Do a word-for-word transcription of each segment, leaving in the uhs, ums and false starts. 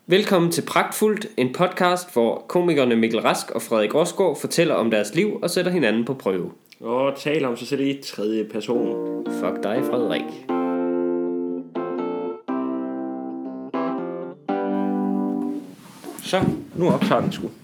Velkommen til Pragtfuldt, en podcast, hvor komikerne Mikkel Rask og Frederik Rosgaard fortæller om deres liv og sætter hinanden på prøve. Og taler om sig selv i tredje person. Fuck dig, Frederik. Så, nu optager den sgu.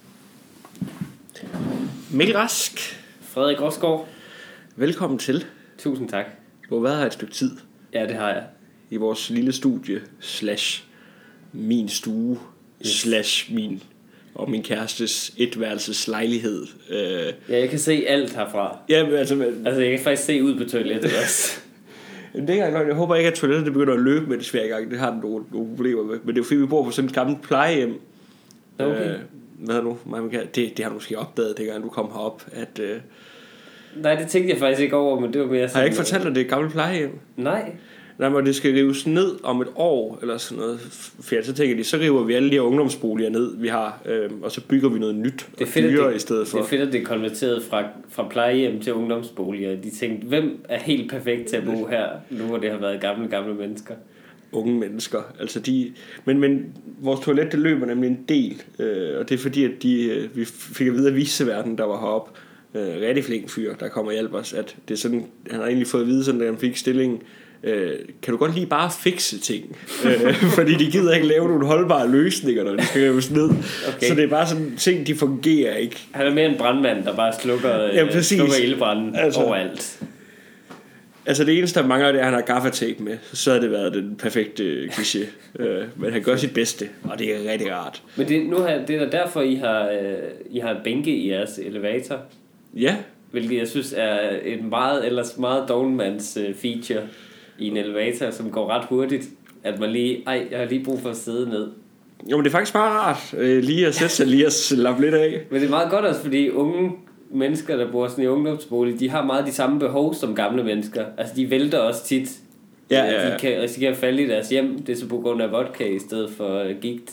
Mikkel Rask. Frederik Rosgaard. Velkommen til. Tusind tak. Du har været her et stykke tid. Ja, det har jeg. I vores lille studie slash min stue yes. slash min og min kærestes etværelses lejlighed. Øh. Ja, jeg kan se alt herfra. Ja, men altså, men, altså jeg kan faktisk se ud på toilettet også. Det er jeg håber ikke at toilettet det begynder at løbe med det svære gang. Det har den nogle, nogle problemer med. Men det er jo fordi vi bor på sådan et gammelt plejehjem. Okay. Øh, hvad nu? Det, det har du måske opdaget, dengang du kom herop, at øh, nej, det tænkte jeg faktisk ikke over, men det var mere sådan. Har jeg ikke fortalt dig, det er et gammelt plejehjem? Nej. Nej, men det skal rives ned om et år eller sådan noget. For så tænker de, så river vi alle de her ungdomsboliger ned, vi har, øh, og så bygger vi noget nyt det og dyrere i stedet for. Det er fedt, at det er konverteret fra, fra plejehjem til ungdomsboliger. De tænkte, hvem er helt perfekt til at bo her, nu hvor det har været gamle, gamle mennesker? Unge mennesker. Altså de, men, men vores toilet, det løber nemlig en del, øh, og det er fordi, at de, øh, vi fik at vide af viceverden, der var heroppe, øh, rigtig flink fyr, der kommer og hjælper os, at det er sådan, han har egentlig fået at vide, sådan, at han fik stillingen, Øh, kan du godt lige bare fikse ting øh, fordi de gider ikke lave nogle holdbare løsninger, når de skal rives ned. Okay. Så det er bare sådan ting, de fungerer ikke. Han er mere en brandmand, der bare slukker, ja, slukker ildbranden altså, overalt. Altså det eneste der mangler, det er at han har gaffatape med. Så havde det været den perfekte kliché. øh, Men han gør sit bedste, og det er rigtig rart. Men det, nu har, det er der derfor I har, øh, I har bænke i jeres elevator. Ja. Hvilket jeg synes er et meget, ellers meget dognmands øh, feature i en elevator, som går ret hurtigt, at man lige, ej, jeg har lige brug for at sidde ned. Jo, men det er faktisk bare rart, øh, lige at sætte sig, lige at slappe lidt af. Men det er meget godt også, fordi unge mennesker, der bor sådan i ungdomsbolig, de har meget de samme behov som gamle mennesker. Altså, de vælter også tit. Ja, ja, ja. De kan risikere at falde i deres hjem, det er så på grund af vodka i stedet for uh, gigt.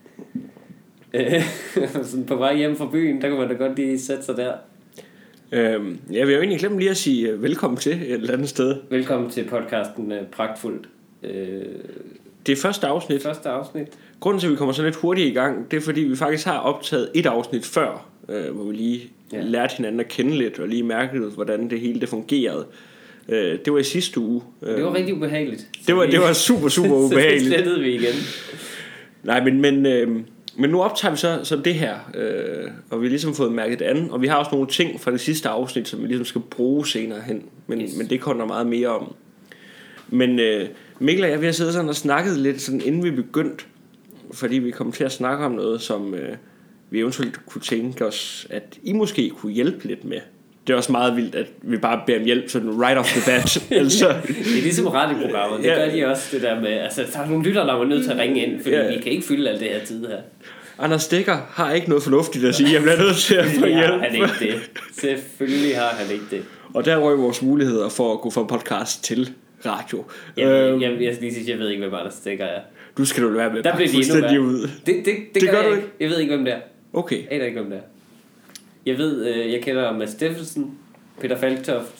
Sådan på vej hjem fra byen, der kan man da godt lige sætte sig der. Øhm, jeg vil jo egentlig glemme lige at sige uh, velkommen til et eller andet sted. Velkommen til podcasten uh, Pragtfuldt. uh, Det er første afsnit. Første afsnit. Grunden til at vi kommer så lidt hurtigt i gang, det er fordi vi faktisk har optaget et afsnit før, uh, hvor vi lige ja. lærte hinanden at kende lidt og lige mærkede hvordan det hele det fungerede. uh, Det var i sidste uge. Det var rigtig ubehageligt. Det var, det var super super ubehageligt. Så slettede vi igen. Nej, men men øh, Men nu optager vi så, så det her, øh, og vi har ligesom fået mærket det andet, og vi har også nogle ting fra det sidste afsnit, som vi ligesom skal bruge senere hen, men, yes. men det kommer meget mere om. Men øh, Mikkel og jeg, vi har siddet sådan og snakket lidt, sådan, inden vi begyndte, fordi vi kom til at snakke om noget, som øh, vi eventuelt kunne tænke os, at I måske kunne hjælpe lidt med. Det er også meget vildt, at vi bare beder om hjælp sådan right off the bat. Altså. Det er ligesom radioprogrammet. Det gør de også, det der med, altså der er nogle lytter, der var nødt til at ringe ind, fordi ja. vi kan ikke fylde alt det her tid her. Anders Stikker har ikke noget fornuftigt at sige. Jeg bliver nødt til at få hjælp. Har han ikke det. Selvfølgelig har han ikke det. Og der røg vores muligheder for at gå fra podcast til radio. Jeg, øhm, jeg, jeg, jeg, jeg ved ikke, hvem Anders Stikker er. Du skal jo være med. Der bliver de fuldstændig ud. Det, det, det, det gør, gør du ikke. Jeg ved ikke, hvem det er. Okay. Jeg ved ikke, hvem det er. Jeg ved, øh, jeg kender Mads Steffensen, Peter Falktoft,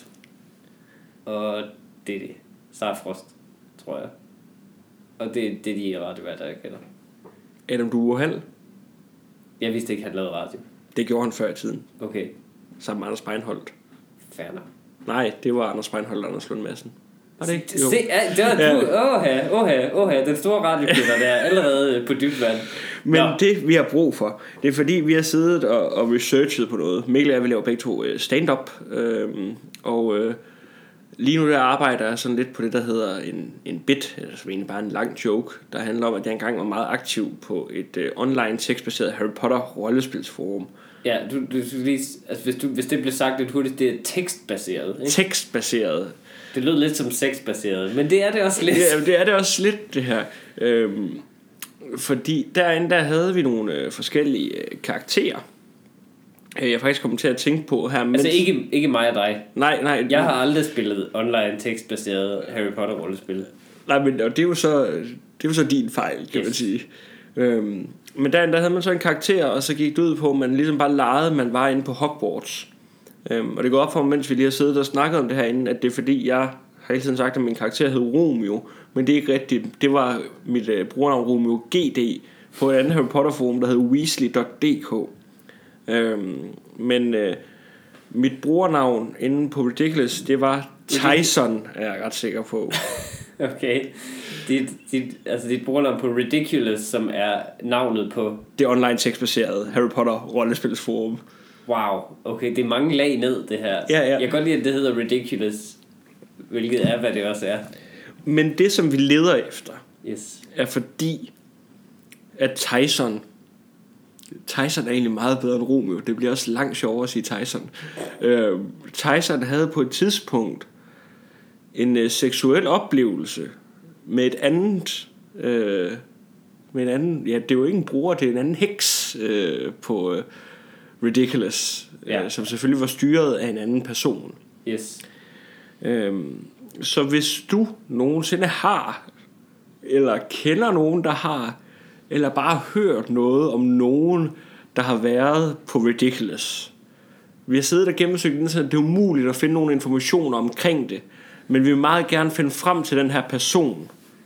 og det er det. Sara Frost, tror jeg. Og det, det er de radioværter, jeg kender. Adam Due Hall. Jeg vidste ikke, han lavede radio. Det gjorde han før i tiden. Okay. Sammen med Anders Breinholt. Færdig. Nej, det var Anders Breinholt og Anders Lund Madsen. Var det ikke? Se, det var du. Åha, åha, åha. Den store radioklitter der allerede på dybt vand. Men ja. Det vi har brug for, det er fordi vi har siddet og, og researchet på noget. Mikkel og jeg vil lave begge to stand-up. Øhm, og øh, lige nu der arbejder jeg sådan lidt på det der hedder en, en bit, altså egentlig bare en lang joke, der handler om at jeg engang var meget aktiv på et øh, online tekstbaseret Harry Potter rollespilsforum. Ja, du, du, du lige, altså hvis, du, hvis det blev sagt lidt hurtigt, det er tekstbaseret, ikke? Tekstbaseret. Det lød lidt som sexbaseret, men det er det også lidt. Ja, det er det også lidt det her. Øhm, fordi derinde der havde vi nogle øh, forskellige øh, karakterer. Jeg er faktisk kommet til at tænke på her. Mens... Altså ikke, ikke mig og dig. Nej, nej. Jeg har aldrig spillet online tekstbaseret Harry Potter rollespil. Nej, men og det er jo så det er jo så din fejl, kan yes. man sige. Øhm, men derinde der havde man så en karakter, og så gik det ud på, at man ligesom bare legede, man var inde på Hogwarts. Øhm, og det går op for mig, mens vi lige har siddet og snakket om det herinde, at det er fordi, jeg har hele tiden sagt, at min karakter hed Romeo, men det er ikke rigtigt. Det var mit øh, brugernavn Romeo G D, på et andet Harry Potter forum, der hedder weasley punktum d k. øhm, Men øh, mit brugernavn inde på Ridiculous, det var Tyson, er jeg ret sikker på. Okay. Dit, dit, altså dit brugernavn på Ridiculous, som er navnet på det online tekstbaserede Harry Potter rollespilsforum. Wow, okay, det er mange lag ned, det her. Ja, ja. Jeg kan godt lide, at det hedder Ridiculous, hvilket er, hvad det også er. Men det, som vi leder efter, Yes. er fordi, at Tyson... Tyson er egentlig meget bedre end Romeo. Det bliver også langt sjovere at sige Tyson. Øh, Tyson havde på et tidspunkt en øh, seksuel oplevelse med et andet... Øh, med en anden... Ja, det er jo ikke en bror, det er en anden heks øh, på øh, Ridiculous. Ja. Øh, som selvfølgelig var styret af en anden person. Yes. Øhm, så hvis du nogensinde har, eller kender nogen, der har, eller bare hørt noget om nogen, der har været på Ridiculous. Vi har siddet og gennemsøgt den, så det er umuligt at finde nogle informationer omkring det. Men vi vil meget gerne finde frem til den her person,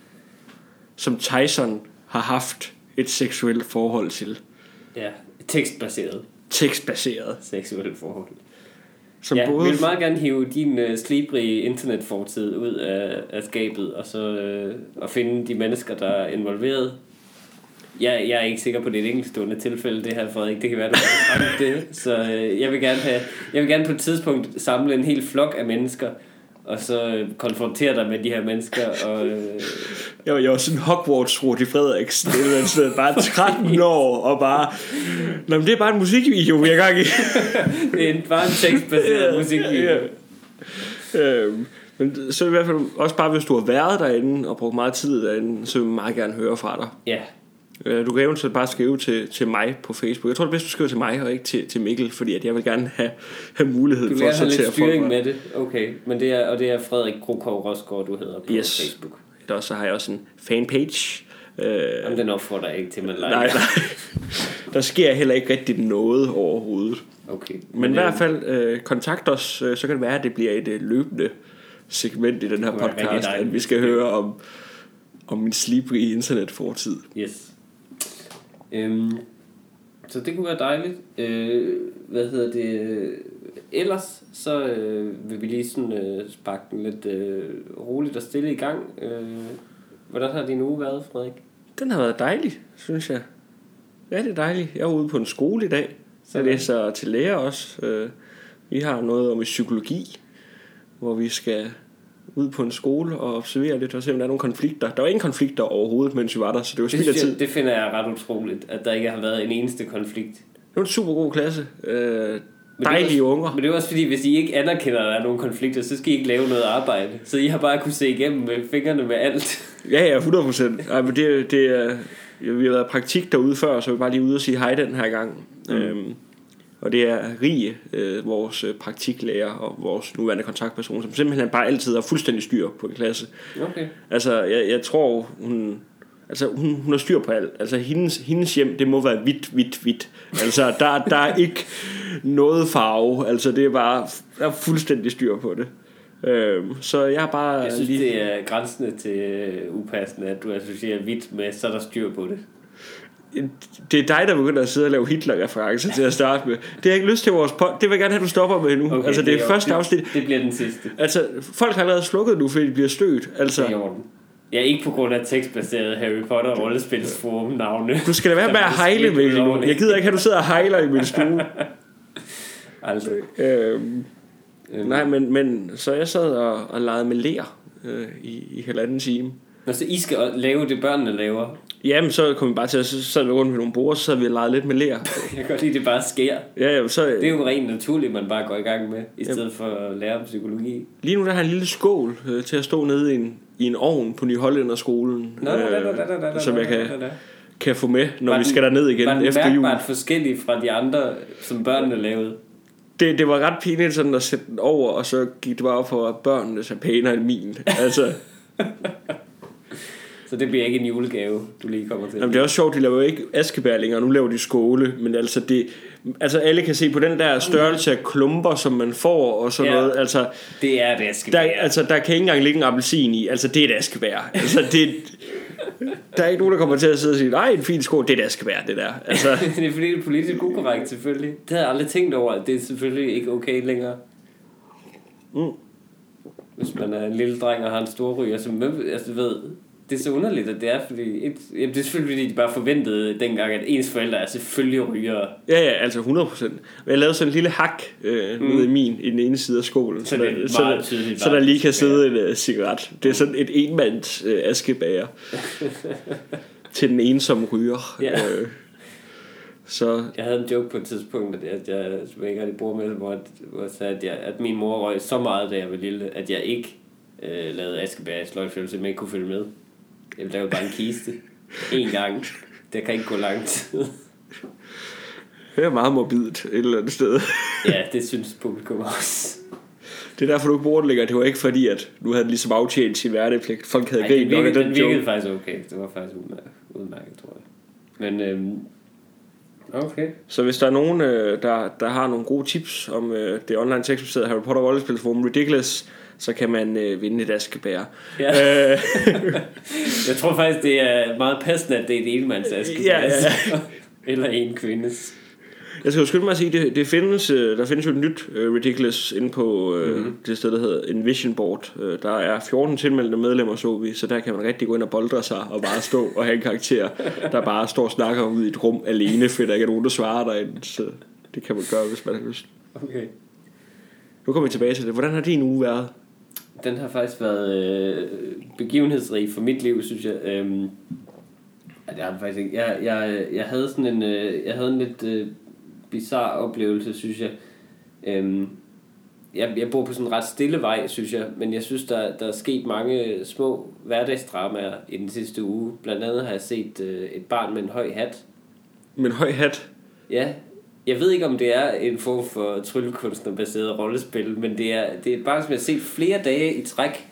som Tyson har haft et seksuelt forhold til. Ja, tekstbaseret. Tekstbaseret. Seksuelt forhold. Som Ja, både... vi vil meget gerne hive din uh, slibrige internetfortid ud af, af skabet, og så uh, og finde de mennesker, der er involveret. Jeg, jeg er ikke sikker på, det er et enkeltstående tilfælde, det her, Frederik. Det kan være, du har sagt det. Så uh, jeg vil gerne have, jeg vil gerne på et tidspunkt samle en hel flok af mennesker, og så uh, konfrontere dig med de her mennesker. Og, uh... jeg, var, jeg var sådan Hogwarts-rot i Frederiks. Det var bare tretten år, og bare... Nå, men det er bare en musikvideo, vi er gang i. det er en, bare en tekstbaseret musikvideo. Ja, ja. Øhm, men så i hvert fald også bare, hvis du har været derinde og brugt meget tid derinde, så vil jeg meget gerne høre fra dig. Ja. Du kan eventuelt bare skrive til, til mig på Facebook. Jeg tror det er bedst, du skriver til mig og ikke til, til Mikkel, fordi at jeg vil gerne have, have mulighed du for at sortere folk. Du vil have lidt styring med det, okay. Men det er, og det er Frederik Krokov Rosgaard, du hedder på yes. Facebook. Der så har jeg også en fanpage. Jamen den opfordrer jeg ikke til, man liker. Nej, nej. Der sker heller ikke rigtig noget overhovedet. Okay. Men, Men i hvert fald øh, kontakt os, øh, så kan det være, at det bliver et øh, løbende segment i den her podcast, at vi skal høre om, om min slibrige internetfortid. Yes. Øhm, så det kunne være dejligt. øh, Hvad hedder det? Ellers så øh, vil vi lige sådan øh, sparke den lidt øh, roligt og stille i gang. øh, Hvordan har din uge været, Frederik? Den har været dejlig, synes jeg. Ja, det er dejligt. Jeg var ude på en skole i dag, så jeg læser til lærer også. øh, Vi har noget om psykologi, hvor vi skal ud på en skole og observere lidt og se, om der er nogle konflikter. Der var ingen konflikter overhovedet, mens vi var der, så det var spild af tid. Det finder jeg ret utroligt, at der ikke har været en eneste konflikt. Det var en super god klasse. Øh, dejlige også, unger. Men det er også fordi, hvis I ikke anerkender, at der er nogle konflikter, så skal I ikke lave noget arbejde. Så I har bare kunne se igennem med fingrene med alt. Ja, ja, hundrede procent. Ej, men det, det er... Vi har været i praktik derude før, så vi bare lige ude og sige hej den her gang. Mm. Øhm, og det er Rie, øh, vores praktiklærer og vores nuværende kontaktperson, som simpelthen bare altid har fuldstændig styr på en klasse. Okay. Altså, jeg, jeg tror, hun... Altså, hun, hun har styr på alt. Altså, hendes, hendes hjem, det må være hvidt, hvidt, hvidt. Altså, der, der er ikke noget farve. Altså, det er bare... Der er fuldstændig styr på det. Øhm, så jeg har bare... Jeg synes, lige... det er grænsende til upassende, at du associerer hvidt med, så er der styr på det. Det er dig, der begynder at sidde og lave Hitler-referencer til at starte med. Det har jeg ikke lyst til vores pod... Det vil jeg gerne have, du stopper med nu. Okay, altså, det, det er jo, første det, afsnit. Det bliver den sidste. Altså, folk har allerede slukket nu, fordi de bliver stødt. Altså... Det er i orden. Ja, ikke på grund af tekstbaseret Harry Potter rollespilsforum navne. Du skal da være med at hejle, Mikkel. Jeg gider ikke, at du sidder og hejler i min stue. Aldrig. Øhm, øhm. Nej, men, men så jeg sad og, og legede med ler øh, i, i halvanden time. Nå, så I skal lave det, børnene laver? Jamen, så kom vi bare til at så sad vi rundt med nogle borde, så sad vi og legede lidt med ler. Jeg kan godt lide, det bare sker. Ja, ja, så, det er jo rent naturligt, man bare går i gang med, i stedet for at lære om psykologi. Lige nu der har en lille skål øh, til at stå nede i en, i en ovn på Ny Hollænderskolen, øh, som jeg kan, kan få med, når var vi den, skal derned igen var efter jul. Var den forskellig fra de andre, som børnene lavede? Det, det var ret pinligt sådan at sætte den over, og så gik det bare for, at børnene så pænere end min. Altså... Så det bliver ikke en julegave, du lige kommer til. Jamen, det er også sjovt, de laver jo ikke askebær længere, nu laver de skåle. Men altså, det, altså alle kan se på den der størrelse af klumper, som man får og sådan ja, noget. Altså, det er et askebær. Der, altså, der kan ikke engang ligge en appelsin i. Altså, det er et askebær. Altså, det, Der er ikke nogen, der kommer til at sidde og sige, nej, en fin sko, det der skal være det der. Altså. Det er fordi, det er politisk ukorrekt, selvfølgelig. Det havde jeg aldrig tænkt over, det er selvfølgelig ikke okay længere. Mm. Hvis man er en lille dreng og har en stor ryger, så altså, ved, det er så underligt, at det er, fordi et, jamen, det er selvfølgelig, fordi de bare forventede dengang, at ens forældre er selvfølgelig ryger. Ja, ja, altså hundrede procent. Jeg lavede sådan en lille hak øh, mm. nede i min, i den ene side af skolen, så, så, der, så, der, tydeligt, så der lige kan sidde en uh, cigaret. Det er sådan et enmands uh, askebager til den ensomme ryger. Ja. Øh, så. Jeg havde en joke på et tidspunkt, at jeg, som jeg ikke rigtig bruger med, hvor, hvor jeg sagde, at, jeg, at min mor røg så meget, da jeg var lille, at jeg ikke øh, lavede askebager i sløjtfølelse, så jeg ikke kunne følge med. Jeg lavede bare en kiste. En gang. Det kan ikke gå lang tid. Det er meget morbidt et eller andet sted. Ja, det synes publikum også. Det er derfor, du ikke bruger det længere. Det var ikke fordi, at du havde ligesom aftjent sin værnepligt. Folk havde grint nok af den den virkede joke. faktisk okay. Det var faktisk udmærket, udmærket tror jeg. Men, øhm, okay. Så hvis der er nogen, øh, der, der har nogle gode tips om øh, det online tekstbaserede Harry Potter rollespilsforum Ridiculous, så kan man øh, vinde et askebær. Ja. Øh. Jeg tror faktisk, det er meget passende, at det er et enmands askebær. Ja, ja. Eller en kvindes. Jeg skal jo skynde mig at sige, det, det findes, der findes jo et nyt uh, Ridiculous inde på uh, mm-hmm. det sted, der hedder Envision Board. Uh, der er fjorten tilmeldte medlemmer, så vi, så der kan man rigtig gå ind og boldre sig og bare stå og have en karakter, der bare står og snakker ud i et rum alene, fordi der ikke er nogen, der svarer derinde. Så det kan man gøre, hvis man har lyst. Okay. Nu kommer vi tilbage til det. Hvordan har din uge været? Den har faktisk været øh, begivenhedsrig for mit liv, synes jeg. Øhm, jeg har faktisk ikke. Jeg, jeg, jeg havde sådan en, øh, jeg havde en lidt øh, bizarre oplevelse, synes jeg. Øhm, jeg. Jeg bor på sådan en ret stille vej, synes jeg, men jeg synes, der, der er sket mange små hverdagsdramaer i den sidste uge. Blandt andet har jeg set øh, et barn med en høj hat. Med en høj hat? Ja. Jeg ved ikke, om det er en form for tryllekunstnerbaseret rollespil, men det er, det er bare, som jeg har set flere dage i træk.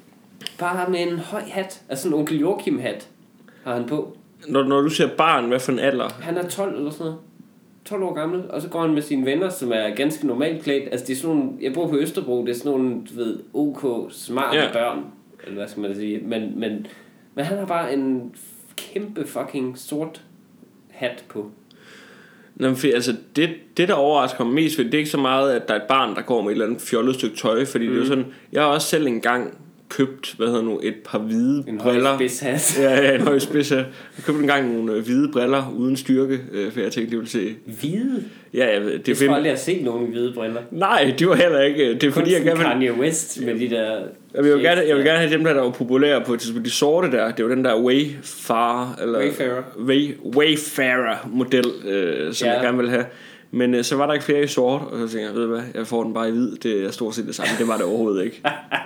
Bare med en høj hat. Altså en onkel Joachim-hat har han på. Når, når du siger barn, hvad for en alder? Han er tolv eller sådan noget. tolv år gammel. Og så går han med sine venner, som er ganske normalt klædt. Altså det er sådan nogle, jeg bor på Østerbro, det er sådan nogle, du ved, OK, smarte ja. børn. Eller hvad skal man sige. Men, men, men han har bare en kæmpe fucking sort hat på. Nå, for, altså, det, det der overrasker mig mest, det er ikke så meget, at der er et barn, der går med et eller andet fjollet stykke tøj, fordi mm. det er jo sådan, jeg har også selv engang købt, hvad hedder nu, et par hvide en briller. En høj spidshat. Ja, ja, en høj spidshat. Jeg købte engang nogle øh, hvide briller uden styrke, øh, for jeg tænkte, det ville se. Hvide? Ja, ja. Det jeg tror aldrig, jeg har set nogen hvide briller. Nej, det var heller ikke. Det er fordi, jeg gerne vil... Kanye West med de der... Jeg vil, gerne, jeg vil gerne have dem der, der var populære på de sorte der. Det var den der Wayfarer, eller Wayfarer. Way, Wayfarer model, øh, som ja. jeg gerne vil have. Men øh, så var der ikke flere i sort, og så tænkte jeg, ved du hvad, jeg får den bare i hvid. Det er stort set det samme. Det var det overhovedet ikke.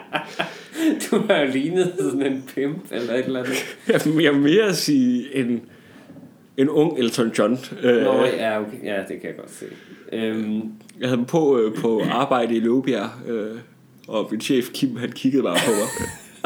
Du har jo lignet sådan en pimp eller et eller andet. Jeg vil mere sige en, en ung Elton John. Nå, ja, okay. Ja, det kan jeg godt se. Um... Jeg havde dem på, øh, på arbejde i Løvbjerg, øh, og min chef Kim, han kiggede bare på mig.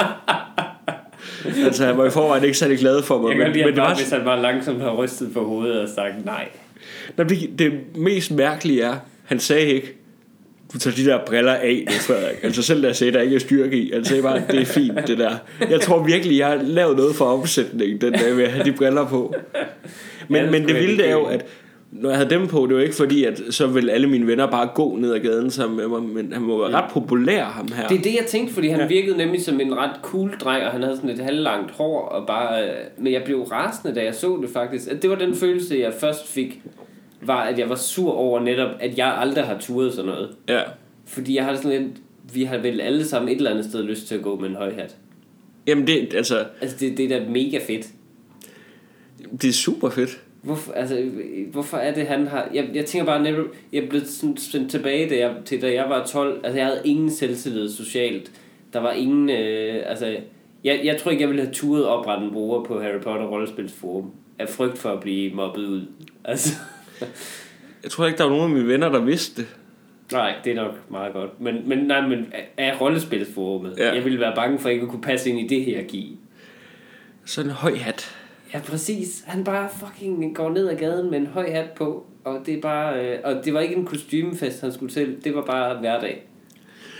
Altså han var i forvejen ikke særlig glad for mig. Jeg kan men, lide, men det bare, var... hvis han bare langsomt har rystet på hovedet og sagt nej. Det, det mest mærkelige er, han sagde ikke, du tager de der briller af nu, Frederik. Altså selv da jeg sagde, der ikke er styrke i, han sagde bare, det er fint det der. Jeg tror virkelig, jeg har lavet noget for omsætningen den dag ved at have de briller på. Men, ja, men det vilde er jo, at når jeg havde dem på, det var ikke fordi, at så ville alle mine venner bare gå ned ad gaden sammen med mig, men han må være ret populær, ham her. Det er det, jeg tænkte, fordi han ja. virkede nemlig som en ret cool dreng, og han havde sådan et halvlangt hår, og bare, øh, men jeg blev rasende, da jeg så det faktisk. At det var den følelse, jeg først fik, var, at jeg var sur over netop, at jeg aldrig har turet sådan noget. Ja. Fordi jeg har sådan lidt, vi har vel alle sammen et eller andet sted lyst til at gå med en høj hat. Jamen det, altså... Altså det, det er da mega fedt. Det er super fedt. Hvorfor, altså, hvorfor er det, han har... Jeg, jeg tænker bare, netop, jeg blev sådan sendt tilbage da jeg, til da jeg var tolv. Altså, jeg havde ingen selvtillid socialt. Der var ingen... Øh, altså, jeg, jeg tror ikke, jeg ville have turet oprette en bruger på Harry Potter rollespilsforum. Af frygt for at blive mobbet ud. Altså... Jeg tror ikke, der var nogen af mine venner, der vidste det. Nej, det er nok meget godt. Men, men nej, men af rollespilsforumet. Ja. Jeg ville være bange for ikke at kunne passe ind i det hierarki. Sådan en høj hat. Ja, præcis. Han bare fucking går ned ad gaden med en høj hat på. Og det er bare... Øh, og det var ikke en kostymefest, han skulle til. Det var bare hverdag.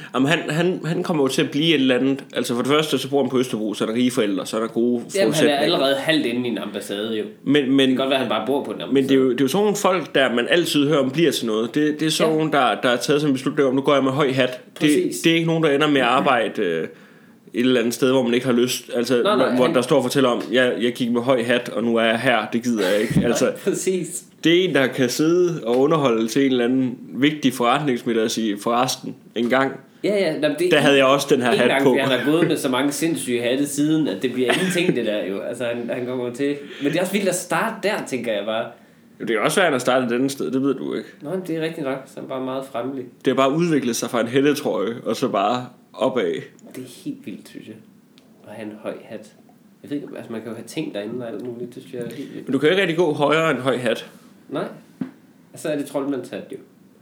Jamen, han, han, han kommer jo til at blive et eller andet. Altså for det første, så bor han på Østerbro, så er der rige forældre, så er der gode Jamen, han er forudsætninger. allerede halvt inde i en ambassade jo. Men, men, Det kan godt være, at han bare bor på den ambassade. men det er, jo, det er jo sådan nogle folk, der man altid hører om bliver til noget. Det, det er sådan Ja. nogle, der, der er taget som en beslutning om, nu går jeg med høj hat. Det, Præcis. det er ikke nogen, der ender med at arbejde øh, et eller andet sted, hvor man ikke har lyst. Altså, Nej, nej, hvor han- der står og fortæller om, jeg, jeg gik med høj hat, og nu er jeg her. Det gider jeg ikke. Altså, Præcis. det er en, der kan sidde og underholde til en eller anden vigtig forretningsmiddag og sige, forresten, en gang, Ja, ja. Jamen, det, der havde jeg også den her en hat gang, på. fordi han har gået med så mange sindssyge hatte siden, at det bliver ingenting det der jo. Altså han, han kommer til. Men det er også vildt at starte der, tænker jeg bare. Det kan også være, at han har startet et andet sted, det ved du ikke. Nå, men det er rigtigt nok, så er han bare meget fremmelig. Det har bare udviklet sig fra en hættetrøje, og så bare opad. Det er helt vildt, synes jeg. At have en høj hat. Jeg ved ikke, altså man kan jo have ting derinde og alt muligt, det synes jeg er helt vildt. Men du kan jo ikke rigtig gå højere end høj hat. Nej. Altså er det troldmandshat jo.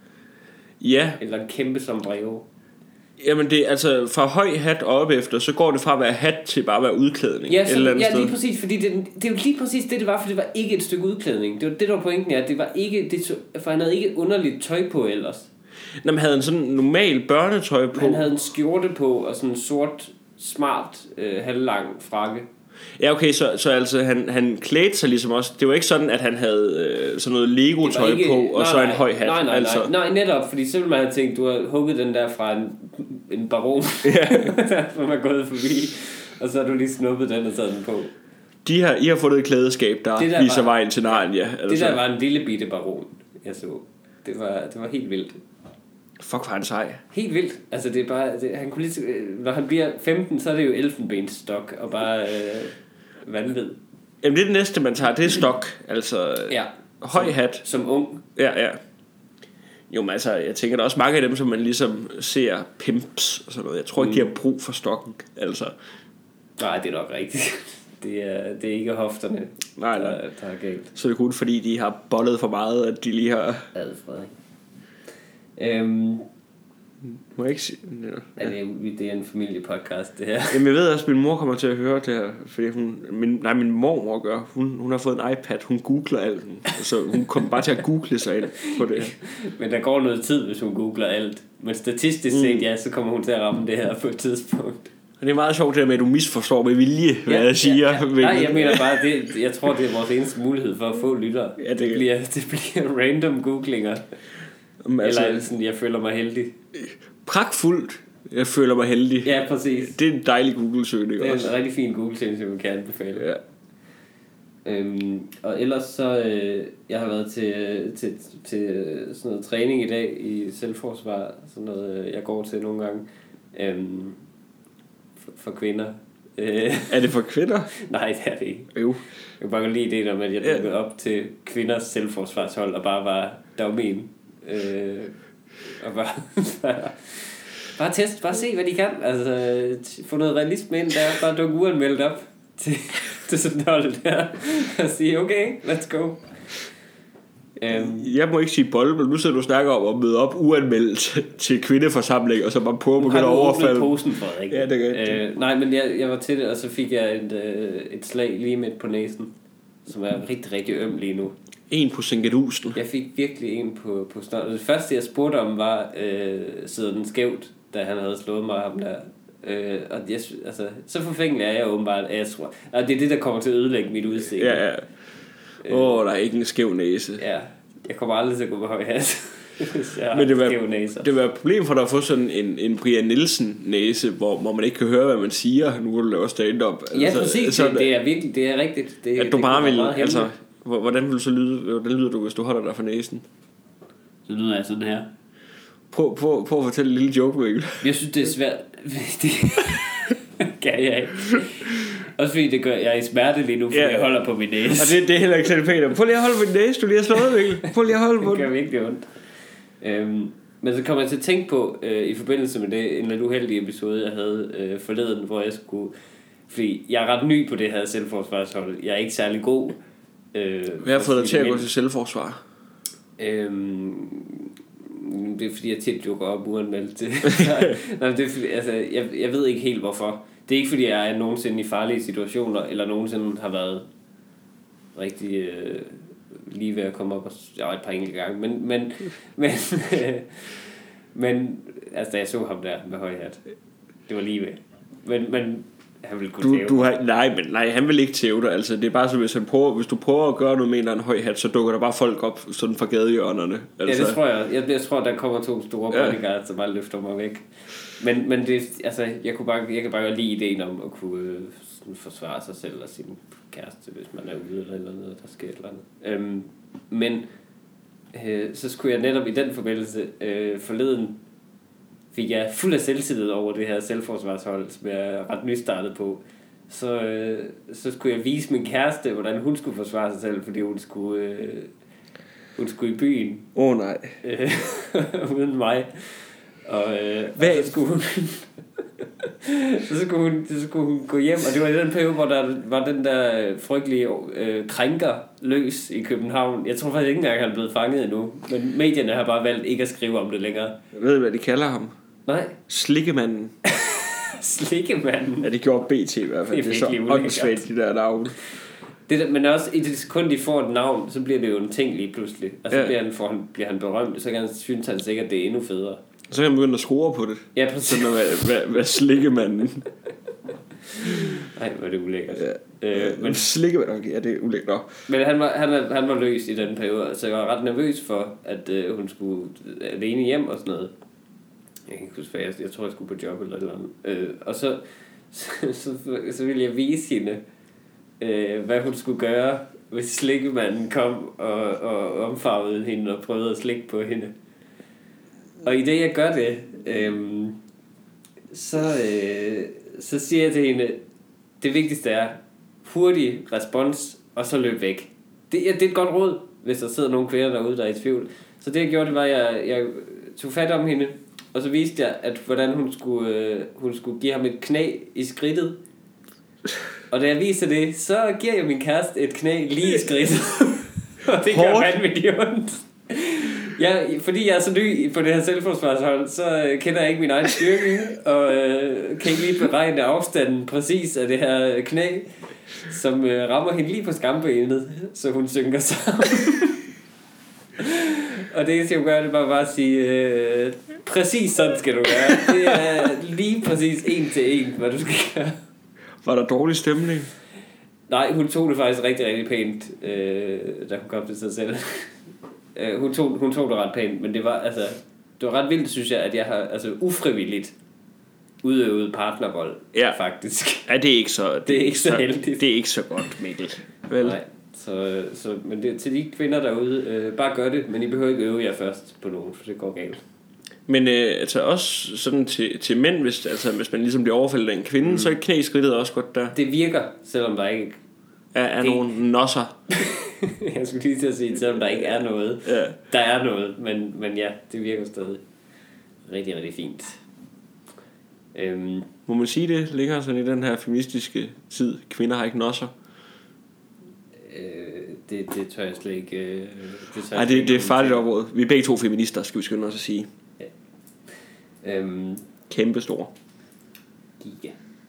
Ja, Eller en kæmpe sombrero. jamen det er altså fra høj hat og op efter, så går det fra at være hat til bare at være udklædning. Ja, et så, eller andet ja sted. lige præcis, fordi det, det er jo lige præcis det, det var, for det var ikke et stykke udklædning. Det var det, der var pointen, ja. Det var ikke, det, så- for han havde ikke underligt tøj på ellers. Nå, men havde han sådan normal børnetøj på? Han havde en skjorte på og sådan en sort, smart, øh, halvlang frakke. Ja, okay, så, så altså han, han klædte sig ligesom også. Det var ikke sådan, at han havde øh, sådan noget Lego-tøj ikke- på, og nej, så en nej, høj hat. Nej, nej, altså. nej, nej, netop, fordi så ville man have tænkt, du har hugget den der fra en, en baron, Ja. som er gået forbi, og så har du lige snuppet den og taget den på. De har, I har fundet et klædeskab, der, Det der viser var- vejen til Narnia. Altså. Det der var en lille bitte baron, jeg så. Det var, det var helt vildt. Fuck, var han sej. Helt vildt. Altså det er bare, det, han kunne lige, når han bliver femten, så er det jo elfenbensstok og bare øh, vanvid. Jamen det er det næste, man tager. Det er stok. Altså Ja. høj hat. Som ung. Ja, ja. Jo, men altså, jeg tænker, der er også mange af dem, som man ligesom ser pimps og sådan noget. Jeg tror ikke, de har brug for stokken. Altså, Nej, det er nok rigtigt. Det er, det er ikke hofterne, nej, nej. der, der er galt. Så er det kun fordi, de har bollet for meget, at de lige har... Ad, Frederik. Øhm, Må jeg ikke sige... Ja. er det, det er en familiepodcast, det her. Jamen, jeg ved også, at min mor kommer til at høre det her, fordi hun... Min, nej, min mormor gør. Hun, hun har fået en iPad. Hun googler alt. Så hun kommer bare til at google sig ind på det her. Men der går noget tid, hvis hun googler alt. Men statistisk set, ja, så kommer hun til at ramme det her på et tidspunkt. Og det er meget sjovt det her med, at du misforstår med vilje, hvad jeg siger. Ja, ja. Nej, jeg mener bare, det, jeg tror, det er vores eneste mulighed for at få lyttere. Ja, det, Det bliver, det bliver random googlinger. altså, Eller sådan, jeg føler mig heldig. pragtfuldt. Jeg føler mig heldig. Ja, præcis. Det er en dejlig Google-søgning Det er også. en rigtig fin Google-tjeneste, som jeg kan anbefale. Ja. Øhm, og ellers så, øh, jeg har været til, til, til sådan noget træning i dag i selvforsvar, sådan noget, øh, jeg går til nogle gange, øhm, for, for kvinder. Øh, Er det for kvinder? nej, det er det ikke. Jo. Jeg kan bare godt lide det, om at jeg Ja. dukkede op til kvinders selvforsvarshold, og bare var dommen. Øh, og bare, bare, bare test, bare se, hvad de kan. Altså, få noget realisme ind, der er bare dukke uanmeldt op til, til sådan et hold der, og sige, okay, let's go. Um, Jeg må ikke sige bold, men nu sidder du og snakker om at møde op uanmeldt til kvindeforsamling, og så bare på at begynde at overfalde. posen, Frederik? Ja, det er øh, Nej, men jeg, jeg var til det, og så fik jeg et, øh, et slag lige midt på næsen, som er rigtig, rigtig øm lige nu. En på Sinkedusen. Jeg fik virkelig en på, på snart. Det første, jeg spurgte om, var, øh, sidder den skævt, da han havde slået mig ham der. Øh, og jeg, altså, så forfængelig er jeg åbenbart, at jeg tror, at det er det, der kommer til at ødelægge mit udseende. Ja, ja. Åh, oh, der er ikke en skæv næse. Ja, jeg kommer aldrig til at gå med høj hat, hvis jeg Men det har var, skæve næser. det var et problem for dig at få sådan en, en Brian Nielsen næse, hvor, hvor man ikke kan høre, hvad man siger, nu hvor du laver stand-up. Ja, altså, præcis. Så, det, det er virkelig, det er rigtigt. Det, at du det bare kommer vil, meget altså, hemmeligt. hvordan vil du så lyde, hvordan lyder du, hvis du holder dig for næsen? Så lyder jeg sådan her. Prøv, prøv, prøv at fortælle en lille joke, Mikkel. Jeg synes, det er svært. Det kan jeg ikke. Også fordi det gør, jeg er i smerte lige nu, fordi Ja. jeg holder på min næse. Og det, det er heller ikke særlig pænt. Prøv lige at holde min næse, du lige har slået, Mikkel. Prøv lige at holde på Det den. gør virkelig ondt. Øhm, men så kommer jeg til at tænke på, øh, i forbindelse med det, en lidt uheldig episode, jeg havde øh, forleden, hvor jeg skulle... Fordi jeg er ret ny på det her selvforsvarshold. Jeg er ikke særlig god. Øh, Hvad har fået dig til at gå men- til selvforsvar? Øhm, det er fordi jeg tit dukker op uanmeldt til. Nej, det er fordi, altså, jeg, jeg ved ikke helt hvorfor. Det er ikke fordi jeg er nogensinde i farlige situationer, eller nogensinde har været rigtig øh, lige ved at komme op og ja, et par enkelte gange. Men, men, men, øh, men altså da jeg så ham der med høj hat, det var lige ved. Men, men han ville kunne du, tæve. Du har, nej, men nej, han vil ikke tæve dig. Altså, det er bare så, hvis, han prøver, hvis du prøver at gøre noget med en eller anden høj hat, så dukker der bare folk op sådan fra gadehjørnerne. Altså. Ja, det tror jeg. jeg. Jeg tror, der kommer to store ja. bodyguards, der bare løfter mig væk. Men, men det, altså, jeg, kunne bare, jeg kan bare lide ideen om at kunne øh, sådan forsvare sig selv og sin kæreste, hvis man er ude eller noget, der sker et eller andet. Øhm, men øh, så skulle jeg netop i den forbindelse øh, forleden, fik jeg fuld af selvtillid over det her selvforsvarshold, som jeg er ret nystartet på. Så, øh, så skulle jeg vise min kæreste, hvordan hun skulle forsvare sig selv, fordi hun skulle, øh, hun skulle i byen. Åh oh, nej. Øh, uden mig. Og, øh, og så skulle hun så, skulle hun, så skulle hun gå hjem. Og det var i den periode, hvor der var den der frygtelige øh, krænker løs i København. Jeg tror faktisk ikke engang, han er blevet fanget endnu. Men medierne har bare valgt ikke at skrive om det længere. Jeg ved, hvad de kalder ham. Nej. Slikkemanden. Slikkemanden. Ja, det gjorde B T i hvert fald. Det er, det er så åndssvagt, de der navn. Det der, men også i det sekund, de får et navn, så bliver det jo en ting lige pludselig. Og så ja. bliver, han, får han, bliver han berømt, så kan han synes han sikkert, det er endnu federe. Så kan han begynde at score på det. Ja, præcis. Sådan at være, være, være slikkemanden. Nej, hvor er det ulækkert. Ja. Øh, men slikkemanden, ja, det er ulækkert. Men han var, han, var, han var løs i den periode, så jeg var ret nervøs for, at øh, hun skulle alene hjem og sådan noget. Jeg kan ikke huske, jeg, jeg tror, jeg skulle på job eller eller andet. Øh, og så, så, så, så ville jeg vise hende, øh, hvad hun skulle gøre, hvis slikkemanden kom og, og omfarvede hende og prøvede at slikke på hende. Og i det jeg gør det, øh, så, øh, så siger jeg til hende, det vigtigste er hurtig respons, og så løb væk. Det, ja, det er et godt råd, hvis der sidder nogle kvinder derude, der er i tvivl. Så det jeg gjorde, det var, at jeg, jeg tog fat om hende, og så viste jeg, at hvordan hun skulle, øh, hun skulle give ham et knæ i skridtet. Og da jeg viser det, så giver jeg min kæreste et knæ lige i skridtet. Og det gør vanvittigt ondt. Ja, fordi jeg er så ny på det her selvforsvarshold, så kender jeg ikke min egen styrke, og øh, kan ikke lige beregne afstanden præcis af det her knæ, som øh, rammer hende lige på skambenet, så hun synker sammen. Og det, jeg gør, det bare bare at sige, øh, præcis sådan skal du gøre. Det er lige præcis en til en, hvad du skal gøre. Var der dårlig stemning? Nej, hun tog det faktisk rigtig, rigtig pænt, øh, da hun kom til sig selv. Uh, hun, tog, hun tog det ret pænt, men det var altså det var ret vildt, synes jeg, at jeg har altså ufrivilligt udøvet partnervold, ja. Faktisk. Ja, det er ikke så det, det er ikke så, så heldigt. Det er ikke så godt, Mikkel. Vel? Nej. Så, så men det, til de kvinder derude, øh, bare gør det, men I behøver ikke øve jer først på nogen, for det går galt. Men øh, altså også sådan til, til mænd, hvis, altså, hvis man ligesom bliver overfaldet af en kvinde, mm. så er knæskridtet også godt der. Det virker, selvom der ikke er, er det... nogle nosser. Jeg skulle lige til at sige, selvom der ikke er noget. Ja. Der er noget, men, men ja, det virker stadig rigtig, rigtig fint. Øhm, Må man sige det længere sådan i den her feministiske tid? Kvinder har ikke nosser. Øh, det, det tør jeg slet ikke. Øh, det Nej, det, det er farligt område. Vi er begge to feminister, skal vi skynde os at sige. Ja. Øhm, Kæmpe store. Giga.